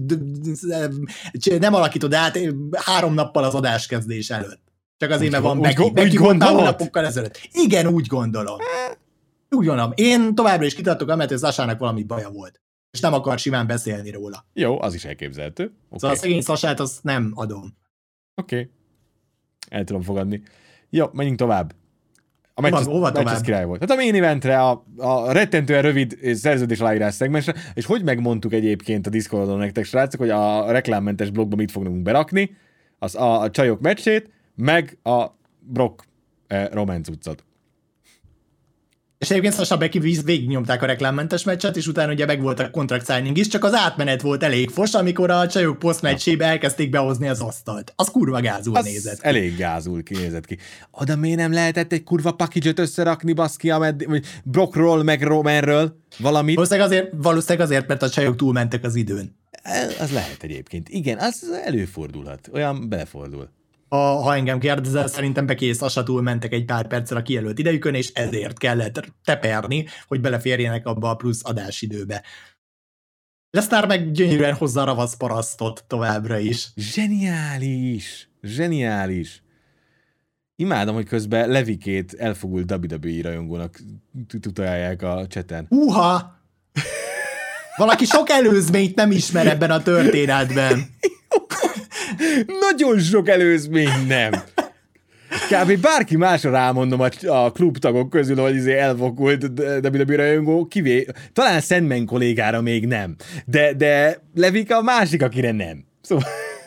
nem alakítod át három nappal az adáskezdés előtt. Csak azért, mert van Becky. Becky volt napokkal ezelőtt. Igen, úgy gondolom. Úgy gondolom. Én továbbra is kitartok, amelyet, hogy Sashának valami baja volt. És nem akar simán beszélni róla. Jó, az is elképzelhető. Okay. Szóval a szegény Sashát azt nem adom. Oké. Okay. El tudom fogadni. Jó, menjünk tovább. A meccs, Hova meccs az király volt. Hát a main eventre, a, a rettentően rövid szerződés aláírás szegmensre, és hogy megmondtuk egyébként a Discordon nektek, srácok, hogy a reklámmentes blogba mit fogunk berakni, az a, a csajok meccsét, meg a Brock eh, Roman cuccot. És egyébként Sasha Becky végignyomták a reklámmentes meccset, és utána ugye meg volt a contract signing is, csak az átmenet volt elég fos, amikor a csajok posztmeccsébe elkezdték behozni az asztalt. Az kurva gázul az nézett ki. Elég gázul kinézett ki. Oda miért nem lehetett egy kurva package-öt összerakni, baszki, ameddig, vagy Brockról, meg Romanről valamit? Valószínűleg azért, valószínűleg azért, mert a csajok túlmentek az időn. Az lehet egyébként. Igen, az előfordulhat. Olyan belefordul. Ha, ha engem kérdezel, szerintem Becky és Sasha túl mentek egy pár perccel a kijelölt idejükön, és ezért kellett teperni, hogy beleférjenek abba a plusz adásidőbe. Lesnar meg gyönyörűen hozza a ravasz parasztot továbbra is. Zseniális! Zseniális! Imádom, hogy közben Levikét elfogult dupla vé dupla vé rajongónak tutalják a cseten. Húha! Valaki sok előzményt nem ismer ebben a történetben. Nagyon sok előzmény nem. Kb. Bárki másra rámondom a, a klubtagok közül, hogy izé elfokult dupla vé dupla vé rajongó, kivé... Talán Sandman kollégára még nem. De, de Levika a másik, akire nem. Szóval,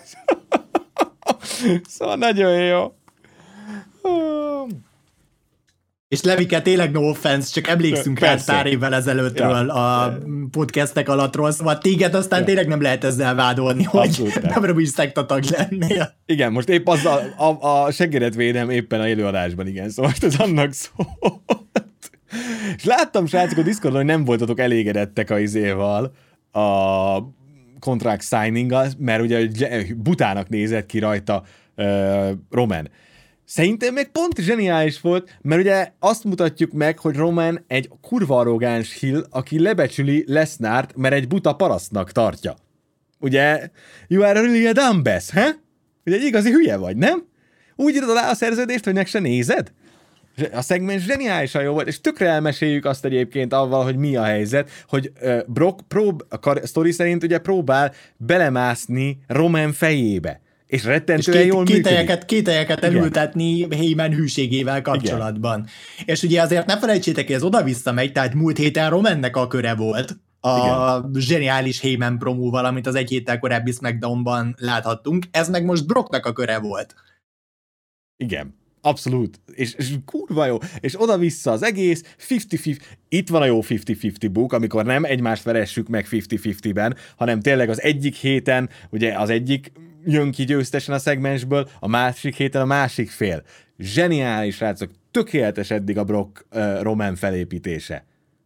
szóval nagyon jó. És Levike tényleg no offense, csak emlékszünk rá pár évvel ezelőttről ja. a podcastek alattról, szóval téged aztán ja. tényleg nem lehet ezzel vádolni, hogy nem is szektatag lennél. Igen, most épp az a, a, a seggedet védem éppen a élőadásban, igen, szóval most ez annak szólt. És láttam, srácok, a Discordon, hogy nem voltatok elégedettek a izéval, a contract signing-gal, mert ugye butának nézett ki rajta uh, Roman. Szerintem meg pont zseniális volt, mert ugye azt mutatjuk meg, hogy Roman egy kurva arrogáns hill, aki lebecsüli Lesnart, mert egy buta parasztnak tartja. Ugye, you are really a dumbass, he? Ugye egy igazi hülye vagy, nem? Úgy írod alá a szerződést, hogy meg se nézed? A szegmens zseniálisan jó volt, és tökre elmeséljük azt egyébként avval, hogy mi a helyzet, hogy uh, Brock prób- a sztori szerint ugye próbál belemászni Roman fejébe. És rettentően és két, jól kételyeket, kételyeket elültetni Heyman hűségével kapcsolatban. Igen. És ugye azért ne felejtsétek, hogy ez oda-vissza megy, tehát múlt héten Romannek a köre volt a igen. zseniális Heyman promóval, amit az egy héttel korábbi SmackDownban láthattunk, ez meg most Brocknak a köre volt. Igen. Abszolút. És, és kurva jó. És oda-vissza az egész, ötven-ötven. Itt van a jó ötven-ötven book, amikor nem egymást veressük meg ötven-ötvenben, hanem tényleg az egyik héten, ugye az egyik jön ki győztesen a szegmensből, a másik héten a másik fél. Zseniális, srácok. Tökéletes eddig a Brock uh, Roman felépítése.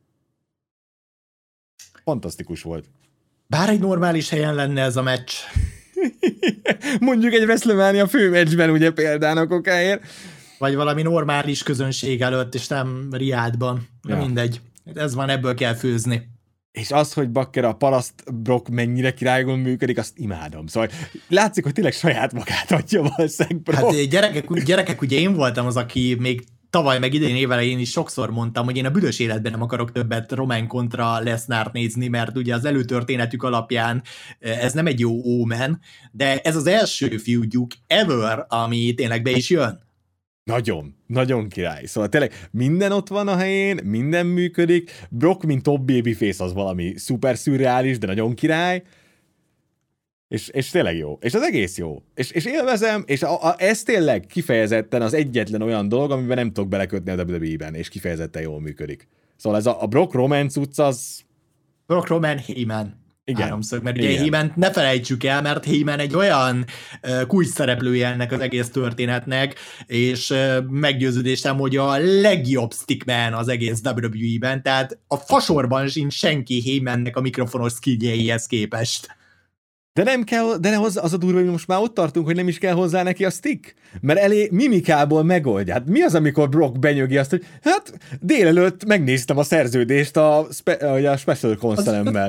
Fantasztikus volt. Bár egy normális helyen lenne ez a meccs. Mondjuk egy WrestleMania főmeccsben, ugye példának okáért. Vagy valami normális közönség előtt, és nem Riádban. Ja. Mindegy. Ez van, ebből kell főzni. És az, hogy Bakker a paraszt Brock mennyire királygon működik, azt imádom. Szóval látszik, hogy tényleg saját magát adja valószínűleg Brock. Hát gyerekek, gyerekek, ugye én voltam az, aki még tavaly meg idén évelején is sokszor mondtam, hogy én a büdös életben nem akarok többet Roman kontra Lesnart nézni, mert ugye az előtörténetük alapján ez nem egy jó ómen, de ez az első feudjuk ever, ami tényleg be is jön. Nagyon, nagyon király. Szóval tényleg minden ott van a helyén, minden működik. Brock, mint top babyface, az valami szuper szürreális, de nagyon király. És, és tényleg jó. És az egész jó. És, és élvezem, és a, a, ez tényleg kifejezetten az egyetlen olyan dolog, amiben nem tudok belekötni a dupla vé dupla vé-ben, és kifejezetten jól működik. Szóval ez a, a Brock Roman cucc az... Brock Roman Heyman. Igen. háromszög, mert ugye Heyman ne felejtsük el, mert Heyman egy olyan uh, kulcs szereplője ennek az egész történetnek, és uh, meggyőződésem, hogy a legjobb stickman az egész dupla vé dupla vé e-ben, tehát a fasorban sincs senki Heymannek a mikrofonos skilljeihez képest. De nem kell, de az, az a durva, hogy most már ott tartunk, hogy nem is kell hozzá neki a stick, mert elé mimikából megoldja. Hát mi az, amikor Brock benyögi azt, hogy hát délelőtt megnéztem a szerződést a, spe, a Special Console-emmel.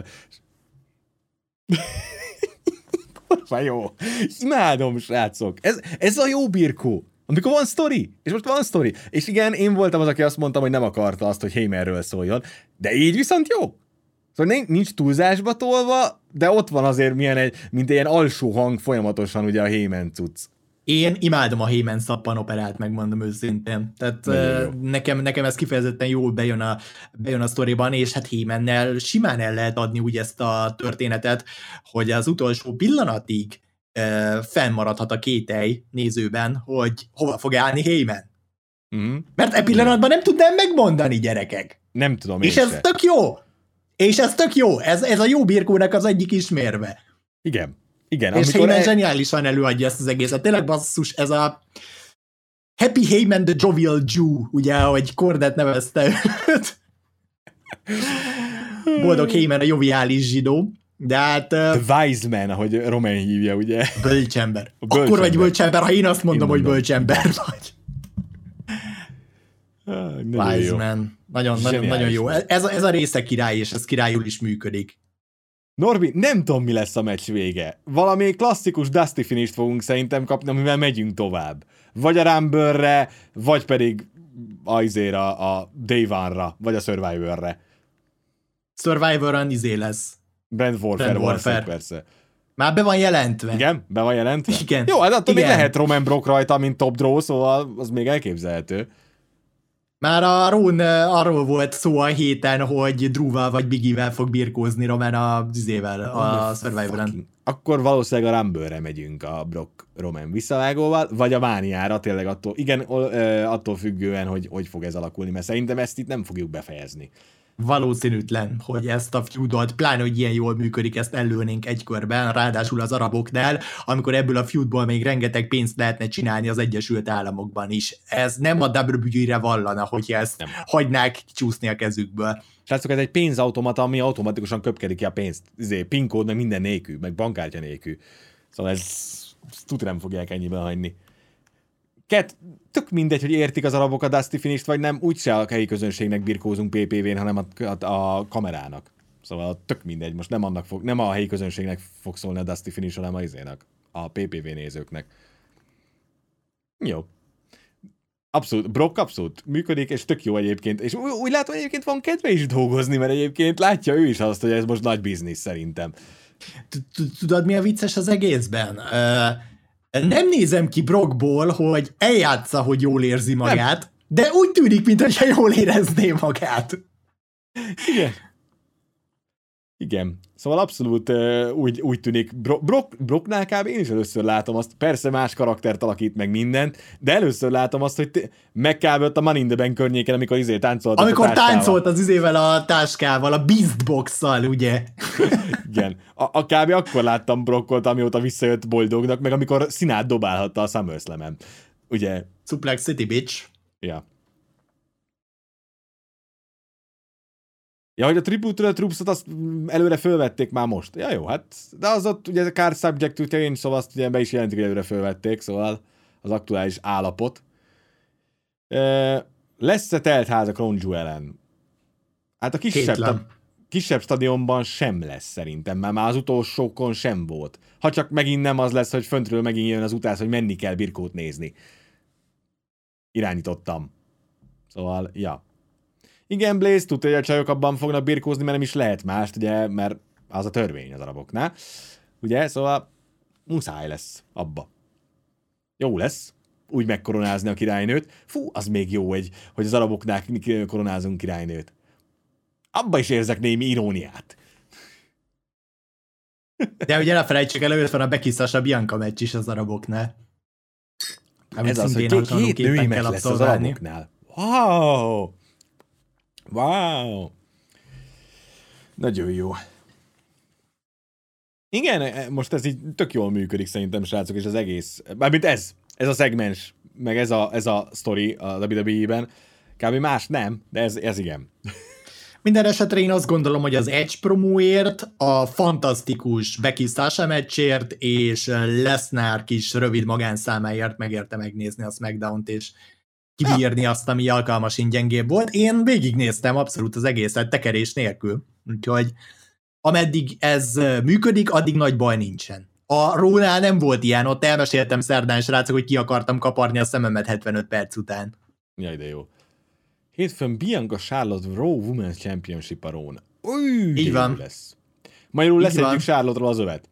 Kurva jó. Imádom, srácok. Ez, ez a jó birkó. Amikor van sztori, és most van sztori. És igen, én voltam az, aki azt mondtam, hogy nem akarta azt, hogy Heymanről szóljon, de így viszont jó. Szóval nincs túlzásba tolva, de ott van azért milyen egy, mint egy ilyen alsó hang folyamatosan ugye a Heyman cucc. Én imádom a Heyman szappanoperát, megmondom őszintén. Tehát uh, nekem, nekem ez kifejezetten jól bejön a, bejön a sztoriban, és hát Heymannel simán el lehet adni úgy ezt a történetet, hogy az utolsó pillanatig uh, fennmaradhat a kételj nézőben, hogy hova fog állni Heyman. Mm. Mert e pillanatban nem tudnám megmondani, gyerekek. Nem tudom. És ez se. tök jó. És ez tök jó. Ez, ez a jó birkónak az egyik ismérve. Igen. Igen, és Heyman el... zseniálisan előadja ezt az egészet. Tényleg basszus, ez a Happy Heyman the Jovial Jew, ugye, ahogy Cordet nevezte őt. Boldog Heyman a joviális zsidó. De hát... The Wise Man, ahogy Roman hívja, ugye? Bölcsember. bölcsember. Akkor vagy bölcsember, ha én azt mondom, én hogy mondom. bölcsember vagy. Ah, Wise jó. Man. Nagyon, nagyon, nagyon jó. Ez a, ez a része király, és ez királyul is működik. Norbi, nem tudom, mi lesz a meccs vége. Valami klasszikus Dusty finish-t fogunk szerintem kapni, amivel megyünk tovább. Vagy a Rumble-re, vagy pedig a izéra, a Day One-ra, vagy a Survivor-re. Survivor-on izé lesz. Brand Warfare, Warfare. Persze. Már be van jelentve. Igen? Be van jelentve? Igen. Jó, hát attól Igen. még lehet Roman Brock rajta, mint top draw, szóval az még elképzelhető. Már a Ron arról volt szó a héten, hogy Drewval vagy Biggie-vel fog birkózni Roman a izével, a Survivor-en. Akkor valószínűleg a Rumble-re megyünk a Brock Roman visszavágóval, vagy a Mániára, tényleg attól, igen, attól függően, hogy hogy fog ez alakulni, mert szerintem ezt itt nem fogjuk befejezni. Valószínűtlen, hogy ezt a feudot, pláne, hogy ilyen jól működik, ezt ellőnénk egy körben, ráadásul az araboknál, amikor ebből a feudból még rengeteg pénzt lehetne csinálni az Egyesült Államokban is. Ez nem a dupla vé dupla vé-re vallana, hogy ezt nem hagynák csúszni a kezükből. Srácok, ez egy pénzautomata, ami automatikusan köpkedik ki a pénzt. Izé, PIN kód, meg minden nélkül, meg bankkártya nélkül. Szóval ez tudja nem fogják ennyiben hagyni. Ket, tök mindegy, hogy értik az arabok a Dusty Finish-t, vagy nem, úgyse a helyi közönségnek birkózunk pé pé vén, hanem a, a, a kamerának. Szóval tök mindegy, most nem, annak fog, nem a helyi közönségnek fog szólni a Dusty Finish, hanem a izének, a pé pé vé nézőknek. Jó. Abszolút, Brock abszolút működik, és tök jó egyébként, és úgy, úgy látom, hogy egyébként van kedve is dolgozni, mert egyébként látja ő is azt, hogy ez most nagy biznisz szerintem. Tudod, mi a vicces az egészben? Nem nézem ki Brockból, hogy eljátsza, hogy jól érzi magát, nem. De úgy tűnik, mintha jól érezné magát. Igen. Igen. Szóval abszolút uh, úgy, úgy tűnik, Bro- Brock, Brocknál kb. Én is először látom azt, persze más karaktert alakít meg mindent, de először látom azt, hogy te, meg kb. Ott a Money in the Bank környéken, amikor izé táncolt Amikor táncolt az izével a táskával, a Beastbox-szal, ugye? Igen. A, a kb. Akkor láttam Brockot, amióta visszajött boldognak, meg amikor színát dobálhatta a SummerSlam-en. Ugye? Suplex City, bitch. Ja. Ja, hogy a Tribute to the Troops-ot azt előre fölvették már most. Ja jó, hát, de az ott ugye a Card Subject to Change, szóval azt ugye be is jelentik, hogy előre fölvették, szóval az aktuális állapot. E, lesz-e telt ház a Crown Jewel-en? Hát a kisebb, a kisebb stadionban sem lesz szerintem, mert már az utolsókon sem volt. Ha csak megint nem az lesz, hogy föntről megint jön az utász, hogy menni kell birkót nézni. Irányítottam. Szóval, ja. Igen, Blaze, tudta, hogy a csajok abban fognak birkózni, mert nem is lehet mást, ugye, mert az a törvény az araboknál. Ugye, szóval muszáj lesz abba. Jó lesz, úgy megkoronázni a királynőt. Fú, az még jó, hogy, hogy az araboknál mi koronázunk királynőt. Abba is érzek némi iróniát. De ugye ne felejtsük el, hogy van a Becky Sasha Bianca meccs is az araboknál. Ez az, hogy két, két női meccs lesz az araboknál. Wow! Wow! Nagyon jó. Igen, most ez így tök jól működik szerintem, srácok, és az egész, mármint ez, ez a szegmens, meg ez a, ez a sztori a dupla vé dupla é-ben, kb. Más nem, de ez, ez igen. Minden esetre én azt gondolom, hogy az Edge promóért, a fantasztikus Becky Sasha meccsért, és Lesnar kis rövid magánszámáért megérte megnézni a SmackDown-t, és kibírni azt, ami alkalmas ingyengébb volt. Én végignéztem abszolút az egészet tekerés nélkül, úgyhogy ameddig ez működik, addig nagy baj nincsen. A Rónál nem volt ilyen, ott elmeséltem szerdán, srácok, hogy ki akartam kaparni a szememet hetvenöt perc után. Jaj, de jó. Hétfőn Bianca Charlotte Raw Women's Championship a Raw-n. Új, így van. Lesz. Magyarul Így leszedjük Charlotte-ról az övet.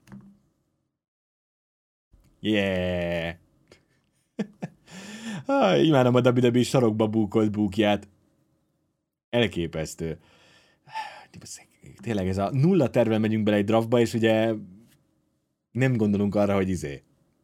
Yeah! ah, imádom a dupla vé dupla é sarokba búkolt búkját. Elképesztő. Tényleg ez a nulla terven megyünk bele egy draftba, és ugye nem gondolunk arra, hogy izé.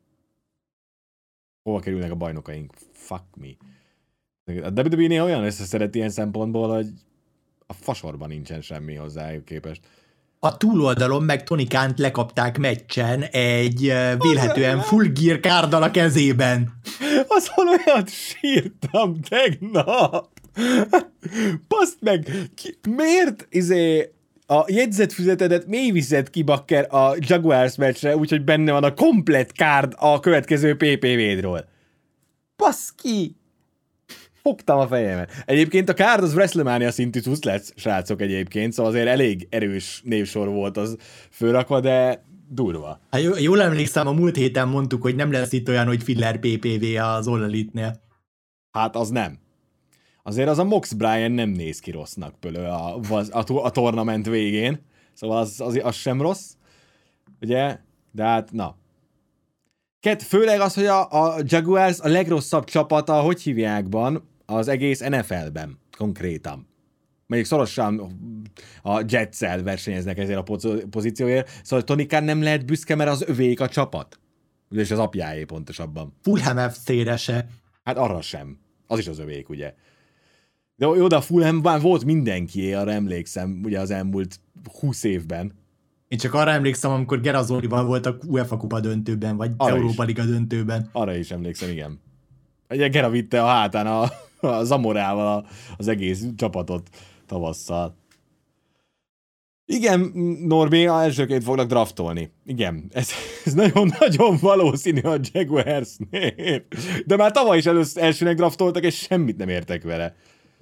Hova kerülnek a bajnokaink? Fuck me. A dupla vé dupla é néha olyan összeszedett ilyen szempontból, hogy a fasorban nincsen semmi hozzájuk képest. A túloldalon meg Tony Khan-t lekapták meccsen egy vélhetően full gear kárdal a kezében. Azon olyat sírtam tegnap. Baszd meg! Ki, miért izé a jegyzetfüzetedet mély viszed ki, bakker, a Jaguars meccsre, úgyhogy benne van a komplett kárd a következő pé pé vé-ről. Baszki! Fogtam a fejemet. Egyébként a kárd az WrestleMania szintű cucc lesz, srácok, egyébként, szóval azért elég erős névsor volt az fölrakva, de durva. Hát jól emlékszem, a múlt héten mondtuk, hogy nem lesz itt olyan, hogy filler pé pé vé az All Elite-nél. Hát az nem. Azért az a Mox Bryan nem néz ki rossznak pölő a, a, a, a tornament végén, szóval az, az, az sem rossz, ugye? De hát, na. Kett, főleg az, hogy a, a Jaguars a legrosszabb csapata, hogy hívjákban, az egész en ef el-ben, konkrétan. Mondjuk szorosan a Jets-el versenyeznek ezért a pozícióért, szóval Tony Khan nem lehet büszke, mert az övék a csapat. És az apjáé pontosabban. Fulham ef cé-re se. Hát arra sem. Az is az övék, ugye. De jó, de a Fulhamban volt mindenki, arra emlékszem, ugye az elmúlt húsz évben. Én csak arra emlékszem, amikor Gerazolival voltak u ef á kupa döntőben, vagy arra Európa is. Liga döntőben. Arra is emlékszem, igen. Ugye Gera vitte a hátán a, a Zamorával az egész csapatot tavasszal. Igen, Norbi, a elsőként fognak draftolni. Igen, ez, ez nagyon-nagyon valószínű a Jaguarsnél. De már tavaly is először elsőnek draftoltak, és semmit nem értek vele.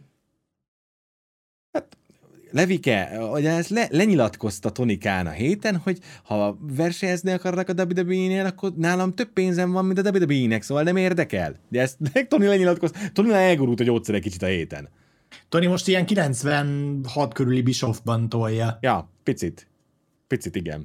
Hát, Levike, ugye ezt le, lenyilatkozta Tony Khan a héten, hogy ha versenyezni akarnak a dupla vé dupla é-nél, akkor nálam több pénzem van, mint a dupla vé dupla é-nek, szóval nem érdekel. De ezt Tony lenyilatkozta, Tony elgurult a gyógyszer egy kicsit a héten. Tony most ilyen kilencvenhat körüli Bischoffban tolja. Ja, picit. Picit, igen.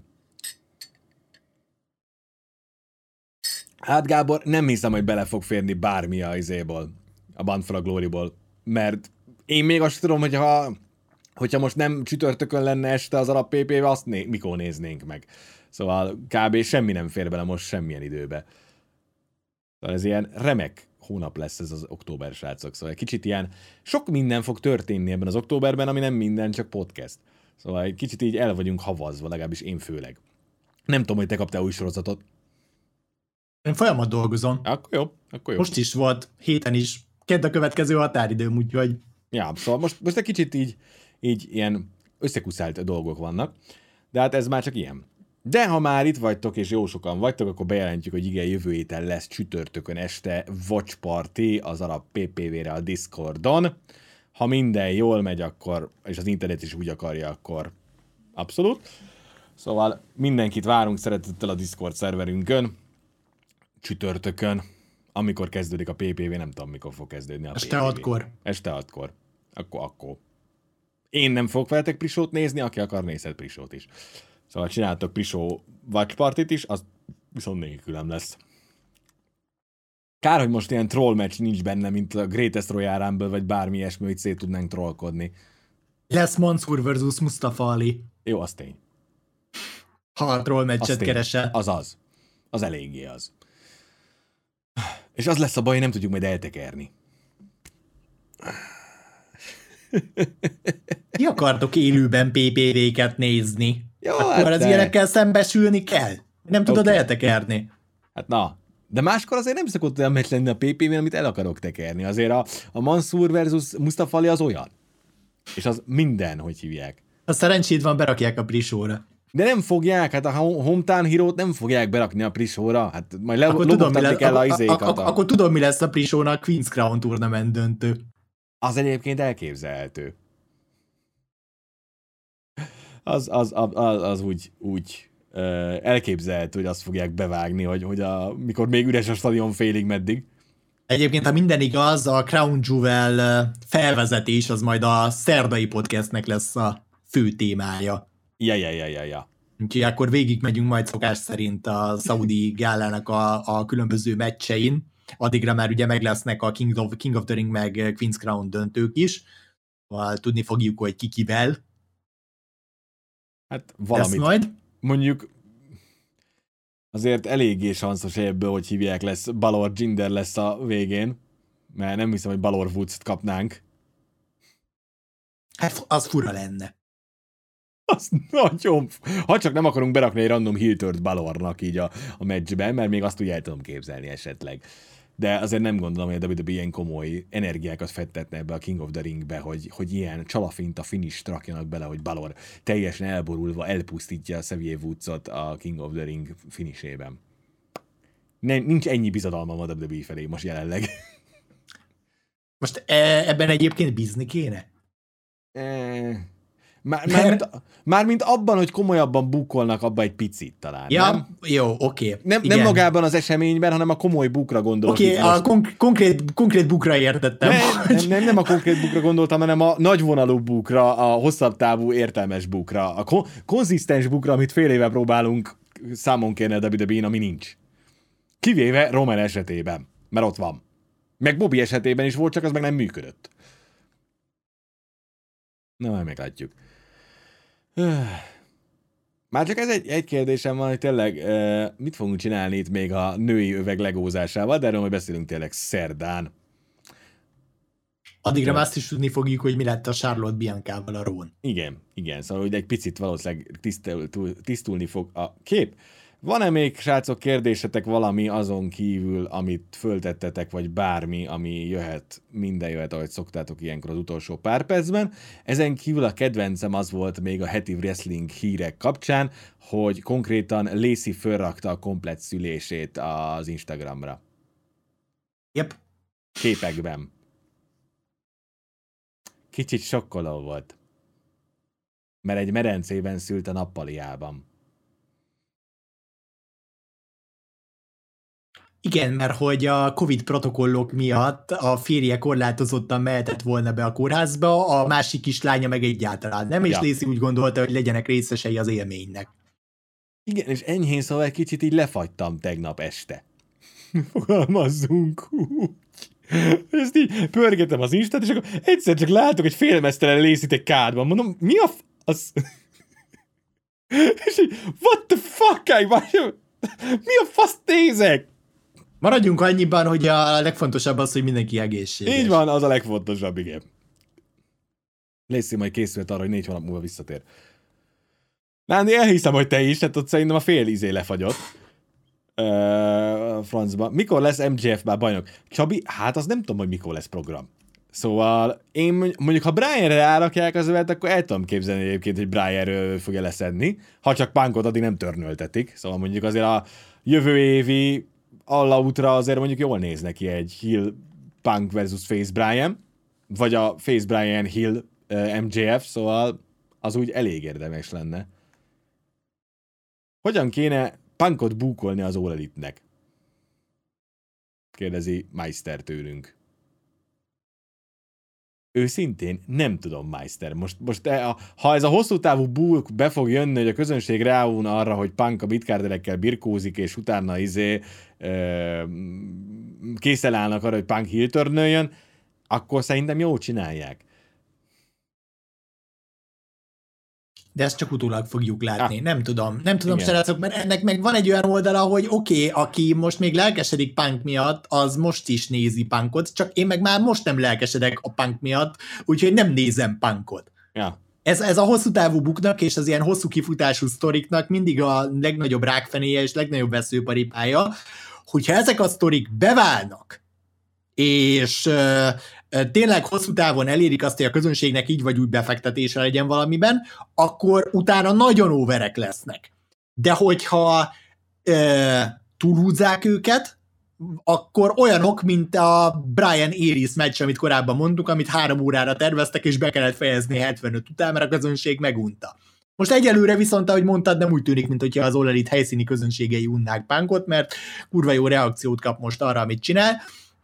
Hát Gábor, nem hiszem, hogy bele fog férni bármi a izéból, a Bound for a Glory-ból, mert én még azt tudom, hogy ha, hogyha most nem csütörtökön lenne este az arab pé pé vé, azt né- mikor néznénk meg. Szóval kb. Semmi nem fér bele most semmilyen időbe. Szóval ez ilyen remek hónap lesz ez az október, srácok. Szóval egy kicsit ilyen, sok minden fog történni ebben az októberben, ami nem minden, csak podcast. Szóval egy kicsit így el vagyunk havazva, legalábbis én főleg. Nem tudom, hogy te kaptál új sorozatot. Én folyamat dolgozom. Akkor jó, akkor jó. Most is volt, héten is. Kedd a következő határidőm, úgyhogy... Ja, szóval most, most egy kicsit így, így ilyen összekuszált dolgok vannak, de hát ez már csak ilyen. De ha már itt vagytok, és jó sokan vagytok, akkor bejelentjük, hogy igen, jövő héten lesz csütörtökön este Watch Party az arab pé pé vé-re a Discordon. Ha minden jól megy, akkor, és az internet is úgy akarja, akkor abszolút. Szóval mindenkit várunk szeretettel a Discord szerverünkön, csütörtökön, amikor kezdődik a pé pé vé, nem tudom, mikor fog kezdődni a Este pé pé vé. hatkor. Este hatkor. Akkor, akkor. Én nem fogok veletek prisót nézni, aki akar, nézhet prisót is. Szóval csináltok prisó watch partit is, az viszont nélkülem lesz. Kár, hogy most ilyen troll match nincs benne, mint a Greatest Royal Rumble, vagy bármi ilyesmi, hogy szét tudnánk trollkodni. Lesz Mansur versus Mustafa Ali. Jó, az tény. Ha a troll meccset keresel. Az az. Az eléggé az. És az lesz a baj, nem tudjuk majd eltekerni. Ki akartok élőben pé pé vé-ket nézni? Jó, Akkor hát az de... ilyenekkel szembesülni kell. Nem tudod Okay. eltekerni. Hát na, de máskor azért nem szokott olyan meccs lenni a pé pé-ben, amit el akarok tekerni. Azért a, a Mansur versus Mustafa Ali az olyan. És az minden, hogy hívják. A szerencséd van, berakják a Prisóra. De nem fogják, hát a Hometown Hero-t nem fogják berakni a Prisóra. Hát majd le, akkor tudom, mi lesz, kell a ak- izékat. ak- A... akkor tudom, mi lesz a Prisónak Queen's Crown Tournament döntő. Az egyébként elképzelhető. Az, az, az, az, az úgy, úgy uh, elképzelhető, hogy azt fogják bevágni, hogy, hogy a, mikor még üres a stadion félig meddig. Egyébként, ha minden igaz, a Crown Jewel felvezetés az majd a szerdai podcastnek lesz a fő témája. Ja, ja, ja, ja, ja. Úgyhogy akkor végigmegyünk majd szokás szerint a Saudi gálának a, a különböző meccsein. Addigra már ugye meg lesznek a King of, King of the Ring meg Queen's Crown döntők is. Val tudni fogjuk, hogy ki kivel. Hát valamit. Majd. Mondjuk azért eléggé sanszos ebből, hogy hívják lesz, Balor Jinder lesz a végén, mert nem hiszem, hogy Balor Woods-t kapnánk. Hát az fura lenne. Az nagyon... Ha csak nem akarunk berakni egy random heel-tört Balornak így a, a meccsben, mert még azt úgy el tudom képzelni esetleg. De azért nem gondolom, hogy a dupla vé dupla vé ilyen komoly energiákat fettetne ebbe a King of the Ringbe, hogy, hogy ilyen csalafint a finish rakjanak bele, hogy Balor teljesen elborulva elpusztítja a Xavier Woods-ot a King of the Ring finishében. Nem, nincs ennyi bizadalmam a dupla vé dupla vé felé most jelenleg. Most e- ebben egyébként bízni kéne? E- Már, mármint, mármint abban, hogy komolyabban bukolnak abba egy picit talán, Ja, nem? jó, oké. Okay. Nem, nem magában az eseményben, hanem a komoly bukra gondolok. Oké, okay, a konk- konkrét, konkrét bukra értettem. Nem, nem, nem, nem a konkrét bukra gondoltam, hanem a nagyvonalú bukra, a hosszabb távú értelmes bukra, a ko- konzisztens bukra, amit fél éve próbálunk számon kérni a dupla vé dupla vén, ami nincs. Kivéve Roman esetében, mert ott van. Meg Bobby esetében is volt, csak az meg nem működött. Na, majd meglátjuk. Már csak ez egy, egy kérdésem van, hogy tényleg uh, mit fogunk csinálni itt még a női öveg legózásával, de erről majd beszélünk tényleg szerdán. Addigra már azt is tudni fogjuk, hogy mi lett a Charlotte Biancával a Rón. Igen, igen, szóval hogy egy picit valószínűleg tisztul, tisztulni fog a kép. Van-e még, srácok, kérdésetek valami azon kívül, amit föltettetek, vagy bármi, ami jöhet, minden jöhet, ahogy szoktátok ilyenkor az utolsó pár percben. Ezen kívül a kedvencem az volt még a heti wrestling hírek kapcsán, hogy konkrétan Lacey fölrakta a komplett szülését az Instagramra. Yep. Képekben. Kicsit sokkoló volt. Mert egy medencében szült a nappaliában. Igen, mert hogy a Covid protokollok miatt a férje korlátozottan mehetett volna be a kórházba, a másik kislánya meg egyáltalán nem, és Ja. Lacey úgy gondolta, hogy legyenek részesei az élménynek. Igen, és enyhén szóval egy kicsit így lefagytam tegnap este. Fogalmazzunk úgy. Ezt így pörgetem az Instát, és akkor egyszer csak látok egy félmeztelen Lacey-t egy kádban. Mondom, mi a f... Az... és így, what the fuck, I... mi a fasz nézek? Maradjunk annyiban, hogy a legfontosabb az, hogy mindenki egészséges. Így van, az a legfontosabb, igen. Lacey majd készült arra, hogy négy hónap múlva visszatér. Nándi, elhiszem, hogy te is, hát ott szerintem a fél izé lefagyott. Uh, francba. Mikor lesz em jé ef már bajnok? Csabi, hát az nem tudom, hogy mikor lesz program. Szóval én mondjuk, ha Brianre rárakják az övet, akkor el tudom képzelni egyébként, hogy Brian fogja leszedni. Ha csak Punkot addig nem törnöltetik. Szóval mondjuk azért a jövő évi All-Outra azért mondjuk jól néz neki egy Hill Punk versus Face Brian, vagy a Face Brian Hill uh, em jé ef, szóval az úgy elég érdemes lenne. Hogyan kéne Punkot búkolni az All Elite-nek? Kérdezi Meister tőlünk. Őszintén nem tudom, Meister. Most, most e, ha ez a hosszú távú búk be fog jönni, hogy a közönség ráúna arra, hogy Punk a bitcárderekkel birkózik, és utána izé ö, készen állnak arra, hogy Punk heel turn-öljön, akkor szerintem jól csinálják. De ezt csak utólag fogjuk látni. Ah. Nem tudom. Nem tudom, Igen. srácok, mert ennek meg van egy olyan oldala, hogy oké, okay, aki most még lelkesedik Punk miatt, az most is nézi Punkot, csak én meg már most nem lelkesedek a Punk miatt, úgyhogy nem nézem Punkot. Ja. Ez, ez a hosszú távú buknak és az ilyen hosszú kifutású sztoriknak mindig a legnagyobb rákfenéje és legnagyobb veszőparipája, hogyha ezek a sztorik beválnak, és ö, ö, tényleg hosszú távon elérik azt, hogy a közönségnek így vagy úgy befektetése legyen valamiben, akkor utána nagyon overek lesznek. De hogyha ö, túlhúzzák őket, akkor olyanok, mint a Brian Iris meccs, amit korábban mondtuk, amit három órára terveztek, és be kellett fejezni hetvenöt után, mert a közönség megunta. Most egyelőre viszont, ahogy mondtad, nem úgy tűnik, mint hogyha az All Elite helyszíni közönségei unnák Punkot, mert kurva jó reakciót kap most arra, amit csinál.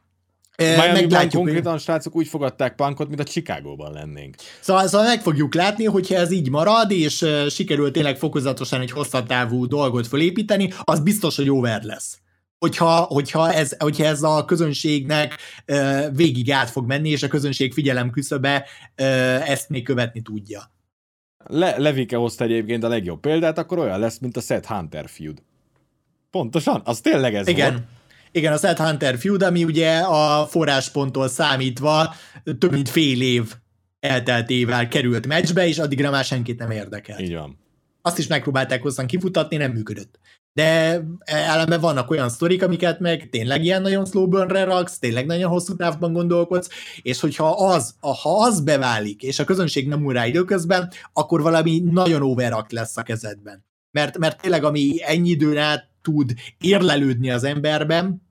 Miamiban konkrétan, hogy... srácok, úgy fogadták Punkot, mint a Chicagóban lennénk. Szóval, szóval meg fogjuk látni, hogyha ez így marad, és uh, sikerül tényleg fokozatosan egy hosszabb távú dolgot fölépíteni, az biztos, hogy over lesz. Hogyha, hogyha, ez, hogyha ez a közönségnek uh, végig át fog menni, és a közönség figyelem küszöbe uh, ezt még követni tudja. Le, Levike hozta egyébként a legjobb példát, akkor olyan lesz, mint a Seth Hunter feud. Pontosan, az tényleg ez Igen. volt. Igen, a Seth Hunter feud, ami ugye a forrásponttól számítva több mint fél év elteltével került meccsbe, és addigra már senkit nem érdekel. Így van. Azt is megpróbálták hosszan kifutatni, nem működött. De ellenben vannak olyan sztorik, amiket meg tényleg ilyen nagyon slow burn-re raksz, tényleg nagyon hosszú távban gondolkodsz, és hogyha az, ha az beválik, és a közönség nem úr rá időközben, akkor valami nagyon overakt lesz a kezedben. Mert, mert tényleg ami ennyi időn át tud érlelődni az emberben,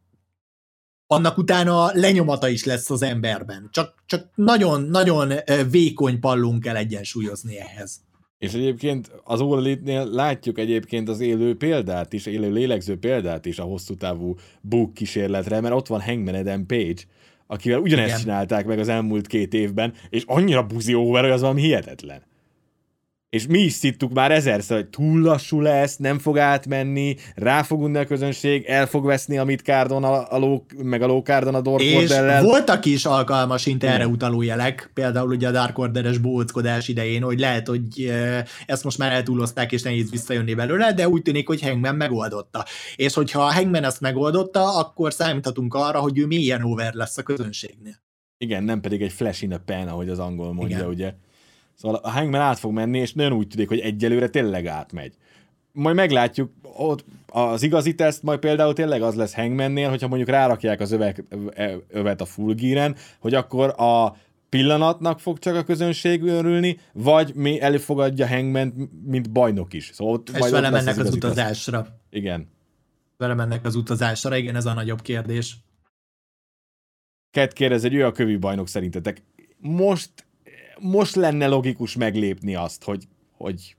annak utána lenyomata is lesz az emberben. Csak, csak nagyon-nagyon vékony pallunk kell egyensúlyozni ehhez. És egyébként az All Elite-nél látjuk egyébként az élő példát is, élő lélegző példát is a hosszú távú book kísérletre, mert ott van Hangman Adam Page, akivel ugyanezt Igen. csinálták meg az elmúlt két évben, és annyira buzi over, hogy az valami hihetetlen. És mi is szittuk már ezerszer, hogy túl lassú lesz, nem fog átmenni, rá fog unni a közönség, el fog veszni a midcardon, a, a low, meg a low cardon a Dark Order-rel. És voltak is alkalmas erre utaló jelek, például ugye a Dark Order-es bóckodás idején, hogy lehet, hogy ezt most már eltúlozták, és nehéz visszajönni belőle, de úgy tűnik, hogy Hangman megoldotta. És hogyha a Hangman ezt megoldotta, akkor számíthatunk arra, hogy ő mélyen over lesz a közönségnél. Igen, nem pedig egy flash in a pan, ahogy az angol mondja, Igen. ugye. Szóval a Hangman át fog menni, és nagyon úgy tűnik, hogy egyelőre tényleg átmegy. Majd meglátjuk, ott az igazi teszt majd például tényleg az lesz Hangmannél, hogyha mondjuk rárakják az övek, övet a full gearen, hogy akkor a pillanatnak fog csak a közönség örülni, vagy mi előfogadja Hangman, mint bajnok is. Szóval ott és vele mennek az, az utazásra. Teszt. Igen. Vele mennek az utazásra, igen, ez a nagyobb kérdés. Kett kérdez, egy olyan kövi bajnok szerintetek. Most Most lenne logikus meglépni azt, hogy hogy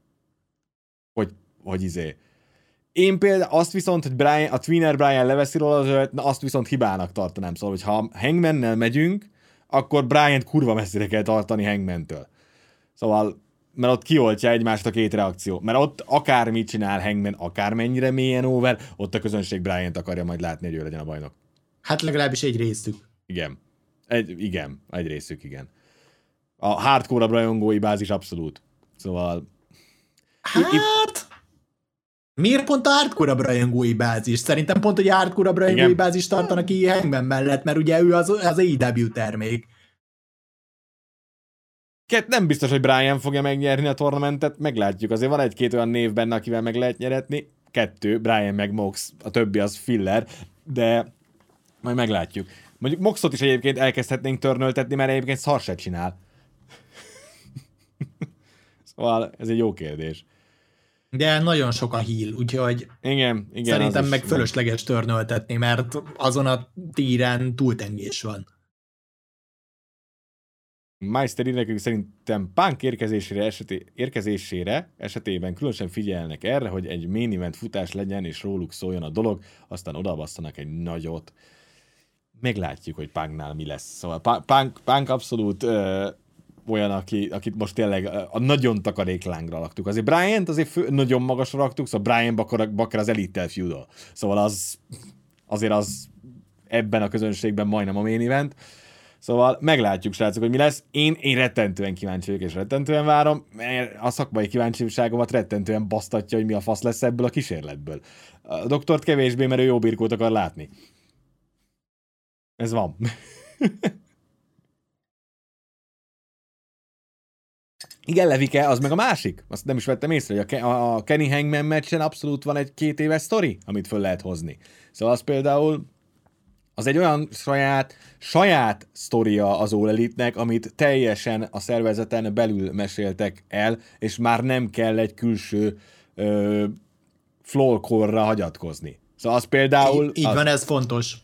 hogy, hogy izé. Én például azt viszont, hogy Brian, a Twinner Brian leveszi róla az övet, na azt viszont hibának tartanám. Szóval, hogy ha Hangmannel megyünk, akkor Brian-t kurva messzire kell tartani Hangmantől. Szóval, mert ott kioltja egymást a két reakció. Mert ott akármit csinál Hangman, akármennyire mélyen over, ott a közönség Brian-t akarja majd látni, hogy ő legyen a bajnok. Hát legalábbis egy részük. Igen. Egy, igen, egy részük, igen. A hardcore-a rajongói bázis abszolút. Szóval... Hát... Itt... Miért pont a hardcore-a rajongói bázis? Szerintem pont, hogy a hardcore-a rajongói bázis tartanak ki Hangman mellett, mert ugye ő az, az á e vé termék. Kett nem biztos, hogy Brian fogja megnyerni a tornamentet, meglátjuk. Azért van egy-két olyan név benne, akivel meg lehet nyeretni. Kettő, Brian meg Mox, a többi az filler, de majd meglátjuk. Mondjuk Moxot is egyébként elkezdhetnénk törnöltetni, mert egyébként szar se csinál. Szóval ez egy jó kérdés. De nagyon sok a heal, úgyhogy igen, igen, szerintem meg fölösleges törnöltetni, mert azon a tíren túltengés van. Meister nekünk szerintem Punk érkezésére, eseté, érkezésére esetében különösen figyelnek erre, hogy egy main event futás legyen, és róluk szóljon a dolog, aztán odabasszanak egy nagyot. Meglátjuk, hogy Punknál mi lesz. Szóval Punk, Punk abszolút ö, olyan, aki, akit most tényleg a nagyon takaréklángra raktuk. Azért Brian-t azért fő, nagyon magasra raktuk, szóval Brian Bakker, Bakker az Elite-tel feudal. Szóval az azért az ebben a közönségben majdnem a main event. Szóval meglátjuk, srácok, hogy mi lesz. Én, én rettentően kíváncsi vagyok, és rettentően várom, mert a szakmai kíváncsiságomat rettentően basztatja, hogy mi a fasz lesz ebből a kísérletből. A doktort kevésbé, mert ő jó birkót akar látni. Ez van. Igen, Levike, az meg a másik. Azt nem is vettem észre, hogy a, a Kenny Hangman meccsen abszolút van egy két éves sztori, amit föl lehet hozni. Szóval az például az egy olyan saját, saját sztoria az All Elite-nek, amit teljesen a szervezeten belül meséltek el, és már nem kell egy külső ö, floorcore-ra hagyatkozni. Szóval az például... Így, így az... van, ez fontos.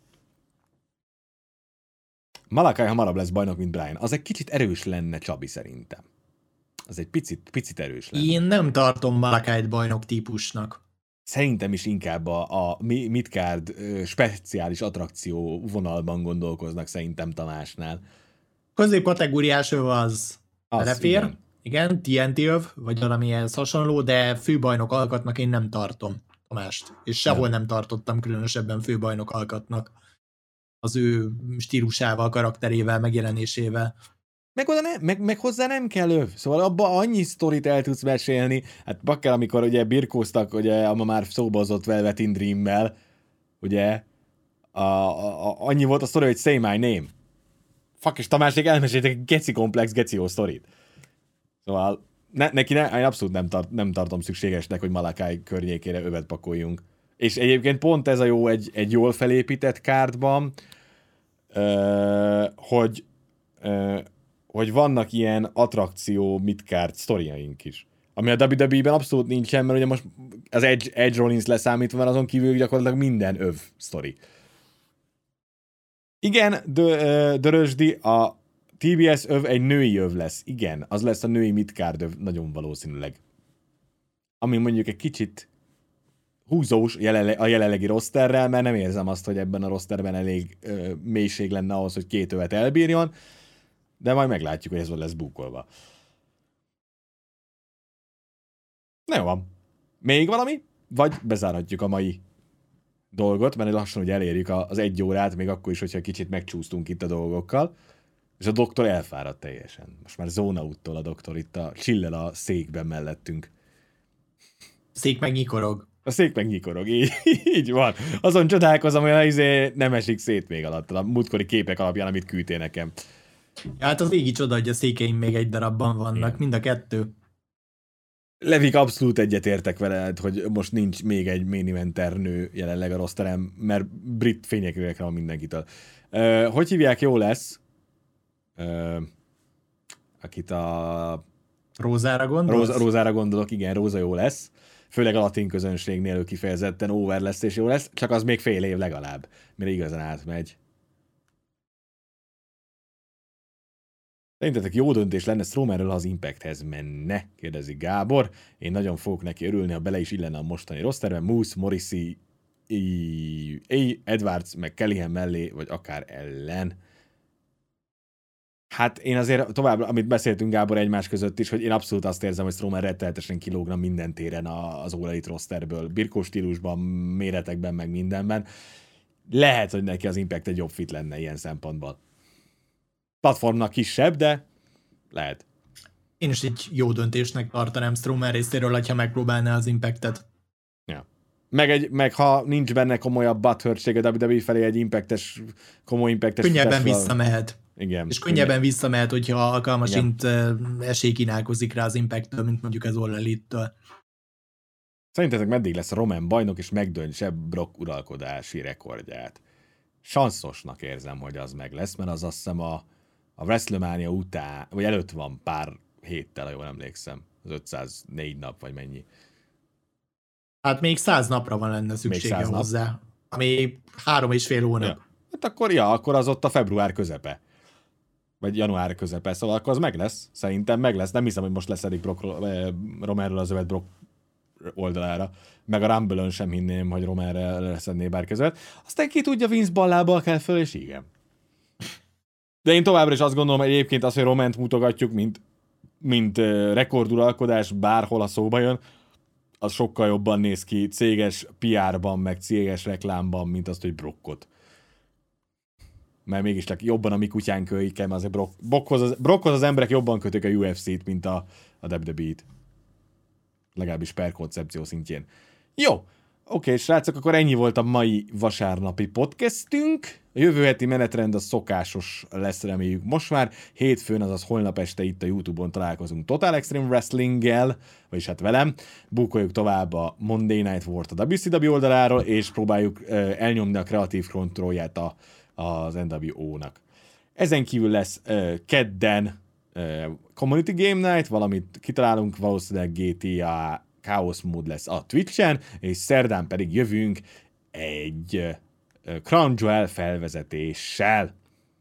Malakai hamarabb lesz bajnok, mint Brian. Az egy kicsit erős lenne, Csabi, szerintem. Az egy picit, picit erős lenne. Én nem tartom Malakait bajnok típusnak. Szerintem is inkább a, a midcard speciális attrakció vonalban gondolkoznak szerintem Tamásnál. Középkategóriás öv az, Az, belefér. igen. Igen, té en té öv, vagy valamihez hasonló, de főbajnok alkatnak én nem tartom Tamást. És sehol nem, nem tartottam különösebben főbajnok alkatnak. Az ő stílusával, karakterével, megjelenésével. Meg, oda ne, meg, meg hozzá nem kell öv. Szóval abba annyi sztorit el tudsz mesélni. Hát bakker, amikor ugye birkóztak, ugye, ama már szóba hozott Velvet in Dream-mel, ugye, a, a, a, annyi volt a sztori, hogy say my name. Fuck, és Tamásék elmeséltek egy geci komplex, geci jó sztorit. Szóval ne, neki ne, én abszolút nem, tart, nem tartom szükségesnek, hogy Malakai környékére övet pakoljunk. És egyébként pont ez a jó egy, egy jól felépített kártban, uh, hogy uh, hogy vannak ilyen attrakció midcard sztoriaink is. Ami a dupla vé dupla é-ben abszolút nincsen, mert ugye most az Edge, Edge Rollins leszámítva van, azon kívül gyakorlatilag minden öv sztori. Igen, dö, Dörösdi, a té bé es öv egy női öv lesz. Igen, az lesz a női midcard öv, nagyon valószínűleg. Ami mondjuk egy kicsit húzós jelenle- a jelenlegi rosterrel, mert nem érzem azt, hogy ebben a rosterben elég ö, mélység lenne ahhoz, hogy két övet elbírjon. De majd meglátjuk, hogy ez lesz búkolva. Na jó van. Még valami? Vagy bezárhatjuk a mai dolgot, mert lassan ugye elérjük az egy órát, még akkor is, hogyha kicsit megcsúsztunk itt a dolgokkal. És a doktor elfáradt teljesen. Most már zónaúttól a doktor itt a csillel a székben mellettünk. A szék meg nyikorog. A szék meg nyikorog, így, így van. Azon csodálkozom, hogy izé nem esik szét még alatt, a múltkori képek alapján, amit küldtél nekem. Hát az égi csoda, hogy a székeim még egy darabban vannak, igen. Mind a kettő. Levik, abszolút egyetértek veled, hogy most nincs még egy main eventer nő jelenleg a rosterem, mert brit fényekre van mindenkitől. Uh, hogy hívják, jó lesz? Uh, akit a... Rózára gondolsz? Róza, Rózára gondolok, igen, Róza jó lesz. Főleg a latin közönségnél ő kifejezetten over lesz és jó lesz, csak az még fél év legalább, mire igazán átmegy. Szerintetek jó döntés lenne Strowmanről, ha az Impacthez menne? Kérdezi Gábor. Én nagyon fogok neki örülni, ha bele is illene a mostani rosterben. Moose, Morrissey, Edwards, meg Kellyhem mellé, vagy akár ellen. Hát én azért tovább, amit beszéltünk Gábor egymás között is, hogy én abszolút azt érzem, hogy Strowman rettenetesen kilógna minden téren az All Elite rosterből. Birkó stílusban, méretekben, meg mindenben. Lehet, hogy neki az Impact egy jobb fit lenne ilyen szempontból. Platformnak kisebb, de lehet. Én is egy jó döntésnek tartanám Strowman részéről, hogyha megpróbálná az Impactet. Ja. Meg, egy, meg ha nincs benne komolyabb butthurtség a dupla vé dupla é felé egy impactes, komoly impactes... Könnyebben visszamehet. Igen. És könnyebben könnyebb. visszamehet, hogyha alkalmasint esély kínálkozik rá az Impact-től, mint mondjuk az All Elite-től. Szerintetek meddig lesz Roman bajnok, és megdöntse Brock uralkodási rekordját? Sanszosnak érzem, hogy az meg lesz, mert az azt hiszem a A WrestleMania után, vagy előtt van pár héttel, ha jól emlékszem. Az ötszáznégy nap, vagy mennyi. Hát még száz napra van lenne szüksége hozzá. Nap. Ami három és fél hónap. Ja. Hát akkor, ja, akkor az ott a február közepe. Vagy január közepe, szóval akkor az meg lesz. Szerintem meg lesz. Nem hiszem, hogy most leszedik Brock, Romanről az övet Brock oldalára. Meg a Rumble-ön sem hinném, hogy Romanre leszedné bárki az övet. Aztán ki tudja, Vince ballából kell föl, és igen. De én továbbra is azt gondolom, hogy egyébként az, hogy Romant mutogatjuk, mint, mint rekorduralkodás bárhol a szóba jön, az sokkal jobban néz ki céges pé er-ban, meg céges reklámban, mint azt, hogy Brockot. Mert mégiscsak jobban a mi kutyánk öljük, mert azért Brock, Brockhoz, az, Brockhoz az emberek jobban kötik a u ef cé-t, mint a, a dupla vé dupla é-t. Legalábbis per koncepció szintjén. Jó, Oké, srácok, akkor ennyi volt a mai vasárnapi podcastünk. A jövő heti menetrend a szokásos lesz, reméljük most már. Hétfőn, azaz holnap este itt a YouTube-on találkozunk Total Extreme Wrestling-gel, vagyis hát velem. Búkoljuk tovább a Monday Night War-t a dupla vé cé dupla vé oldaláról, és próbáljuk uh, elnyomni a kreatív kontrollját a, az en dupla vé ó-nak. Ezen kívül lesz uh, kedden uh, Community Game Night, valamit kitalálunk, valószínűleg gé té á Chaos Mode lesz a Twitch-en, és szerdán pedig jövünk egy uh, Crown Jewel felvezetéssel.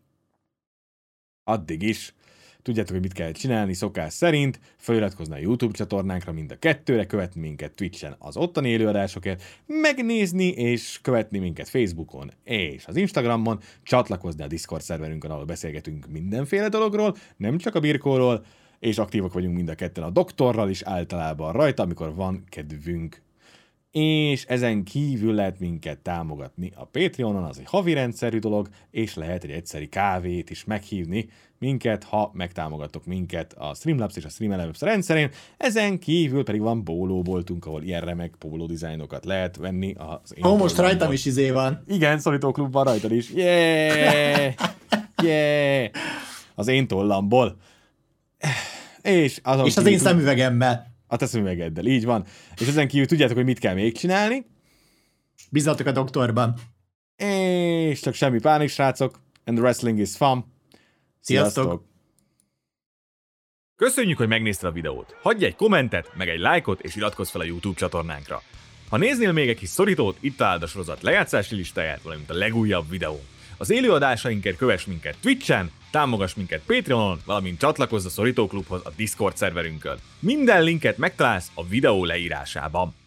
Addig is tudjátok, hogy mit kell csinálni szokás szerint, feliratkozni a YouTube csatornánkra mind a kettőre, követni minket Twitch-en az ottani élőadásokért, megnézni és követni minket Facebookon és az Instagramon, csatlakozni a Discord szerverünkön, ahol beszélgetünk mindenféle dologról, nem csak a birkóról, és aktívak vagyunk mind a ketten a doktorral is általában rajta, amikor van kedvünk. És ezen kívül lehet minket támogatni a Patreonon, az egy havi rendszerű dolog, és lehet egy egyszeri kávét is meghívni minket, ha megtámogatok minket a Streamlabs és a Streamelabs rendszerén. Ezen kívül pedig van pólóboltunk, ahol ilyen remek póló dizájnokat lehet venni. Az Ó, most rajtam is izé van. Igen, Szorító Klub van rajtad is. Yeah! Yeah! Az én tollamból. És, azon és az kívül... én szemüvegemmel. A te szemüvegeddel, így van. És ezen kívül tudjátok, hogy mit kell még csinálni. Bízzatok a doktorban. És csak semmi pánik, srácok. And the wrestling is fun. Sziasztok! Sziasztok. Köszönjük, hogy megnézted a videót. Hagyj egy kommentet, meg egy lájkot, és iratkozz fel a YouTube csatornánkra. Ha néznél még egy kis szorítót, itt találd a sorozat lejátszási listáját, valamint a legújabb videónk. Az élőadásainkért kövess minket Twitchen, támogass minket Patreonon, valamint csatlakozz a Szorító Klubhoz a Discord szerverünkön. Minden linket megtalálsz a videó leírásában.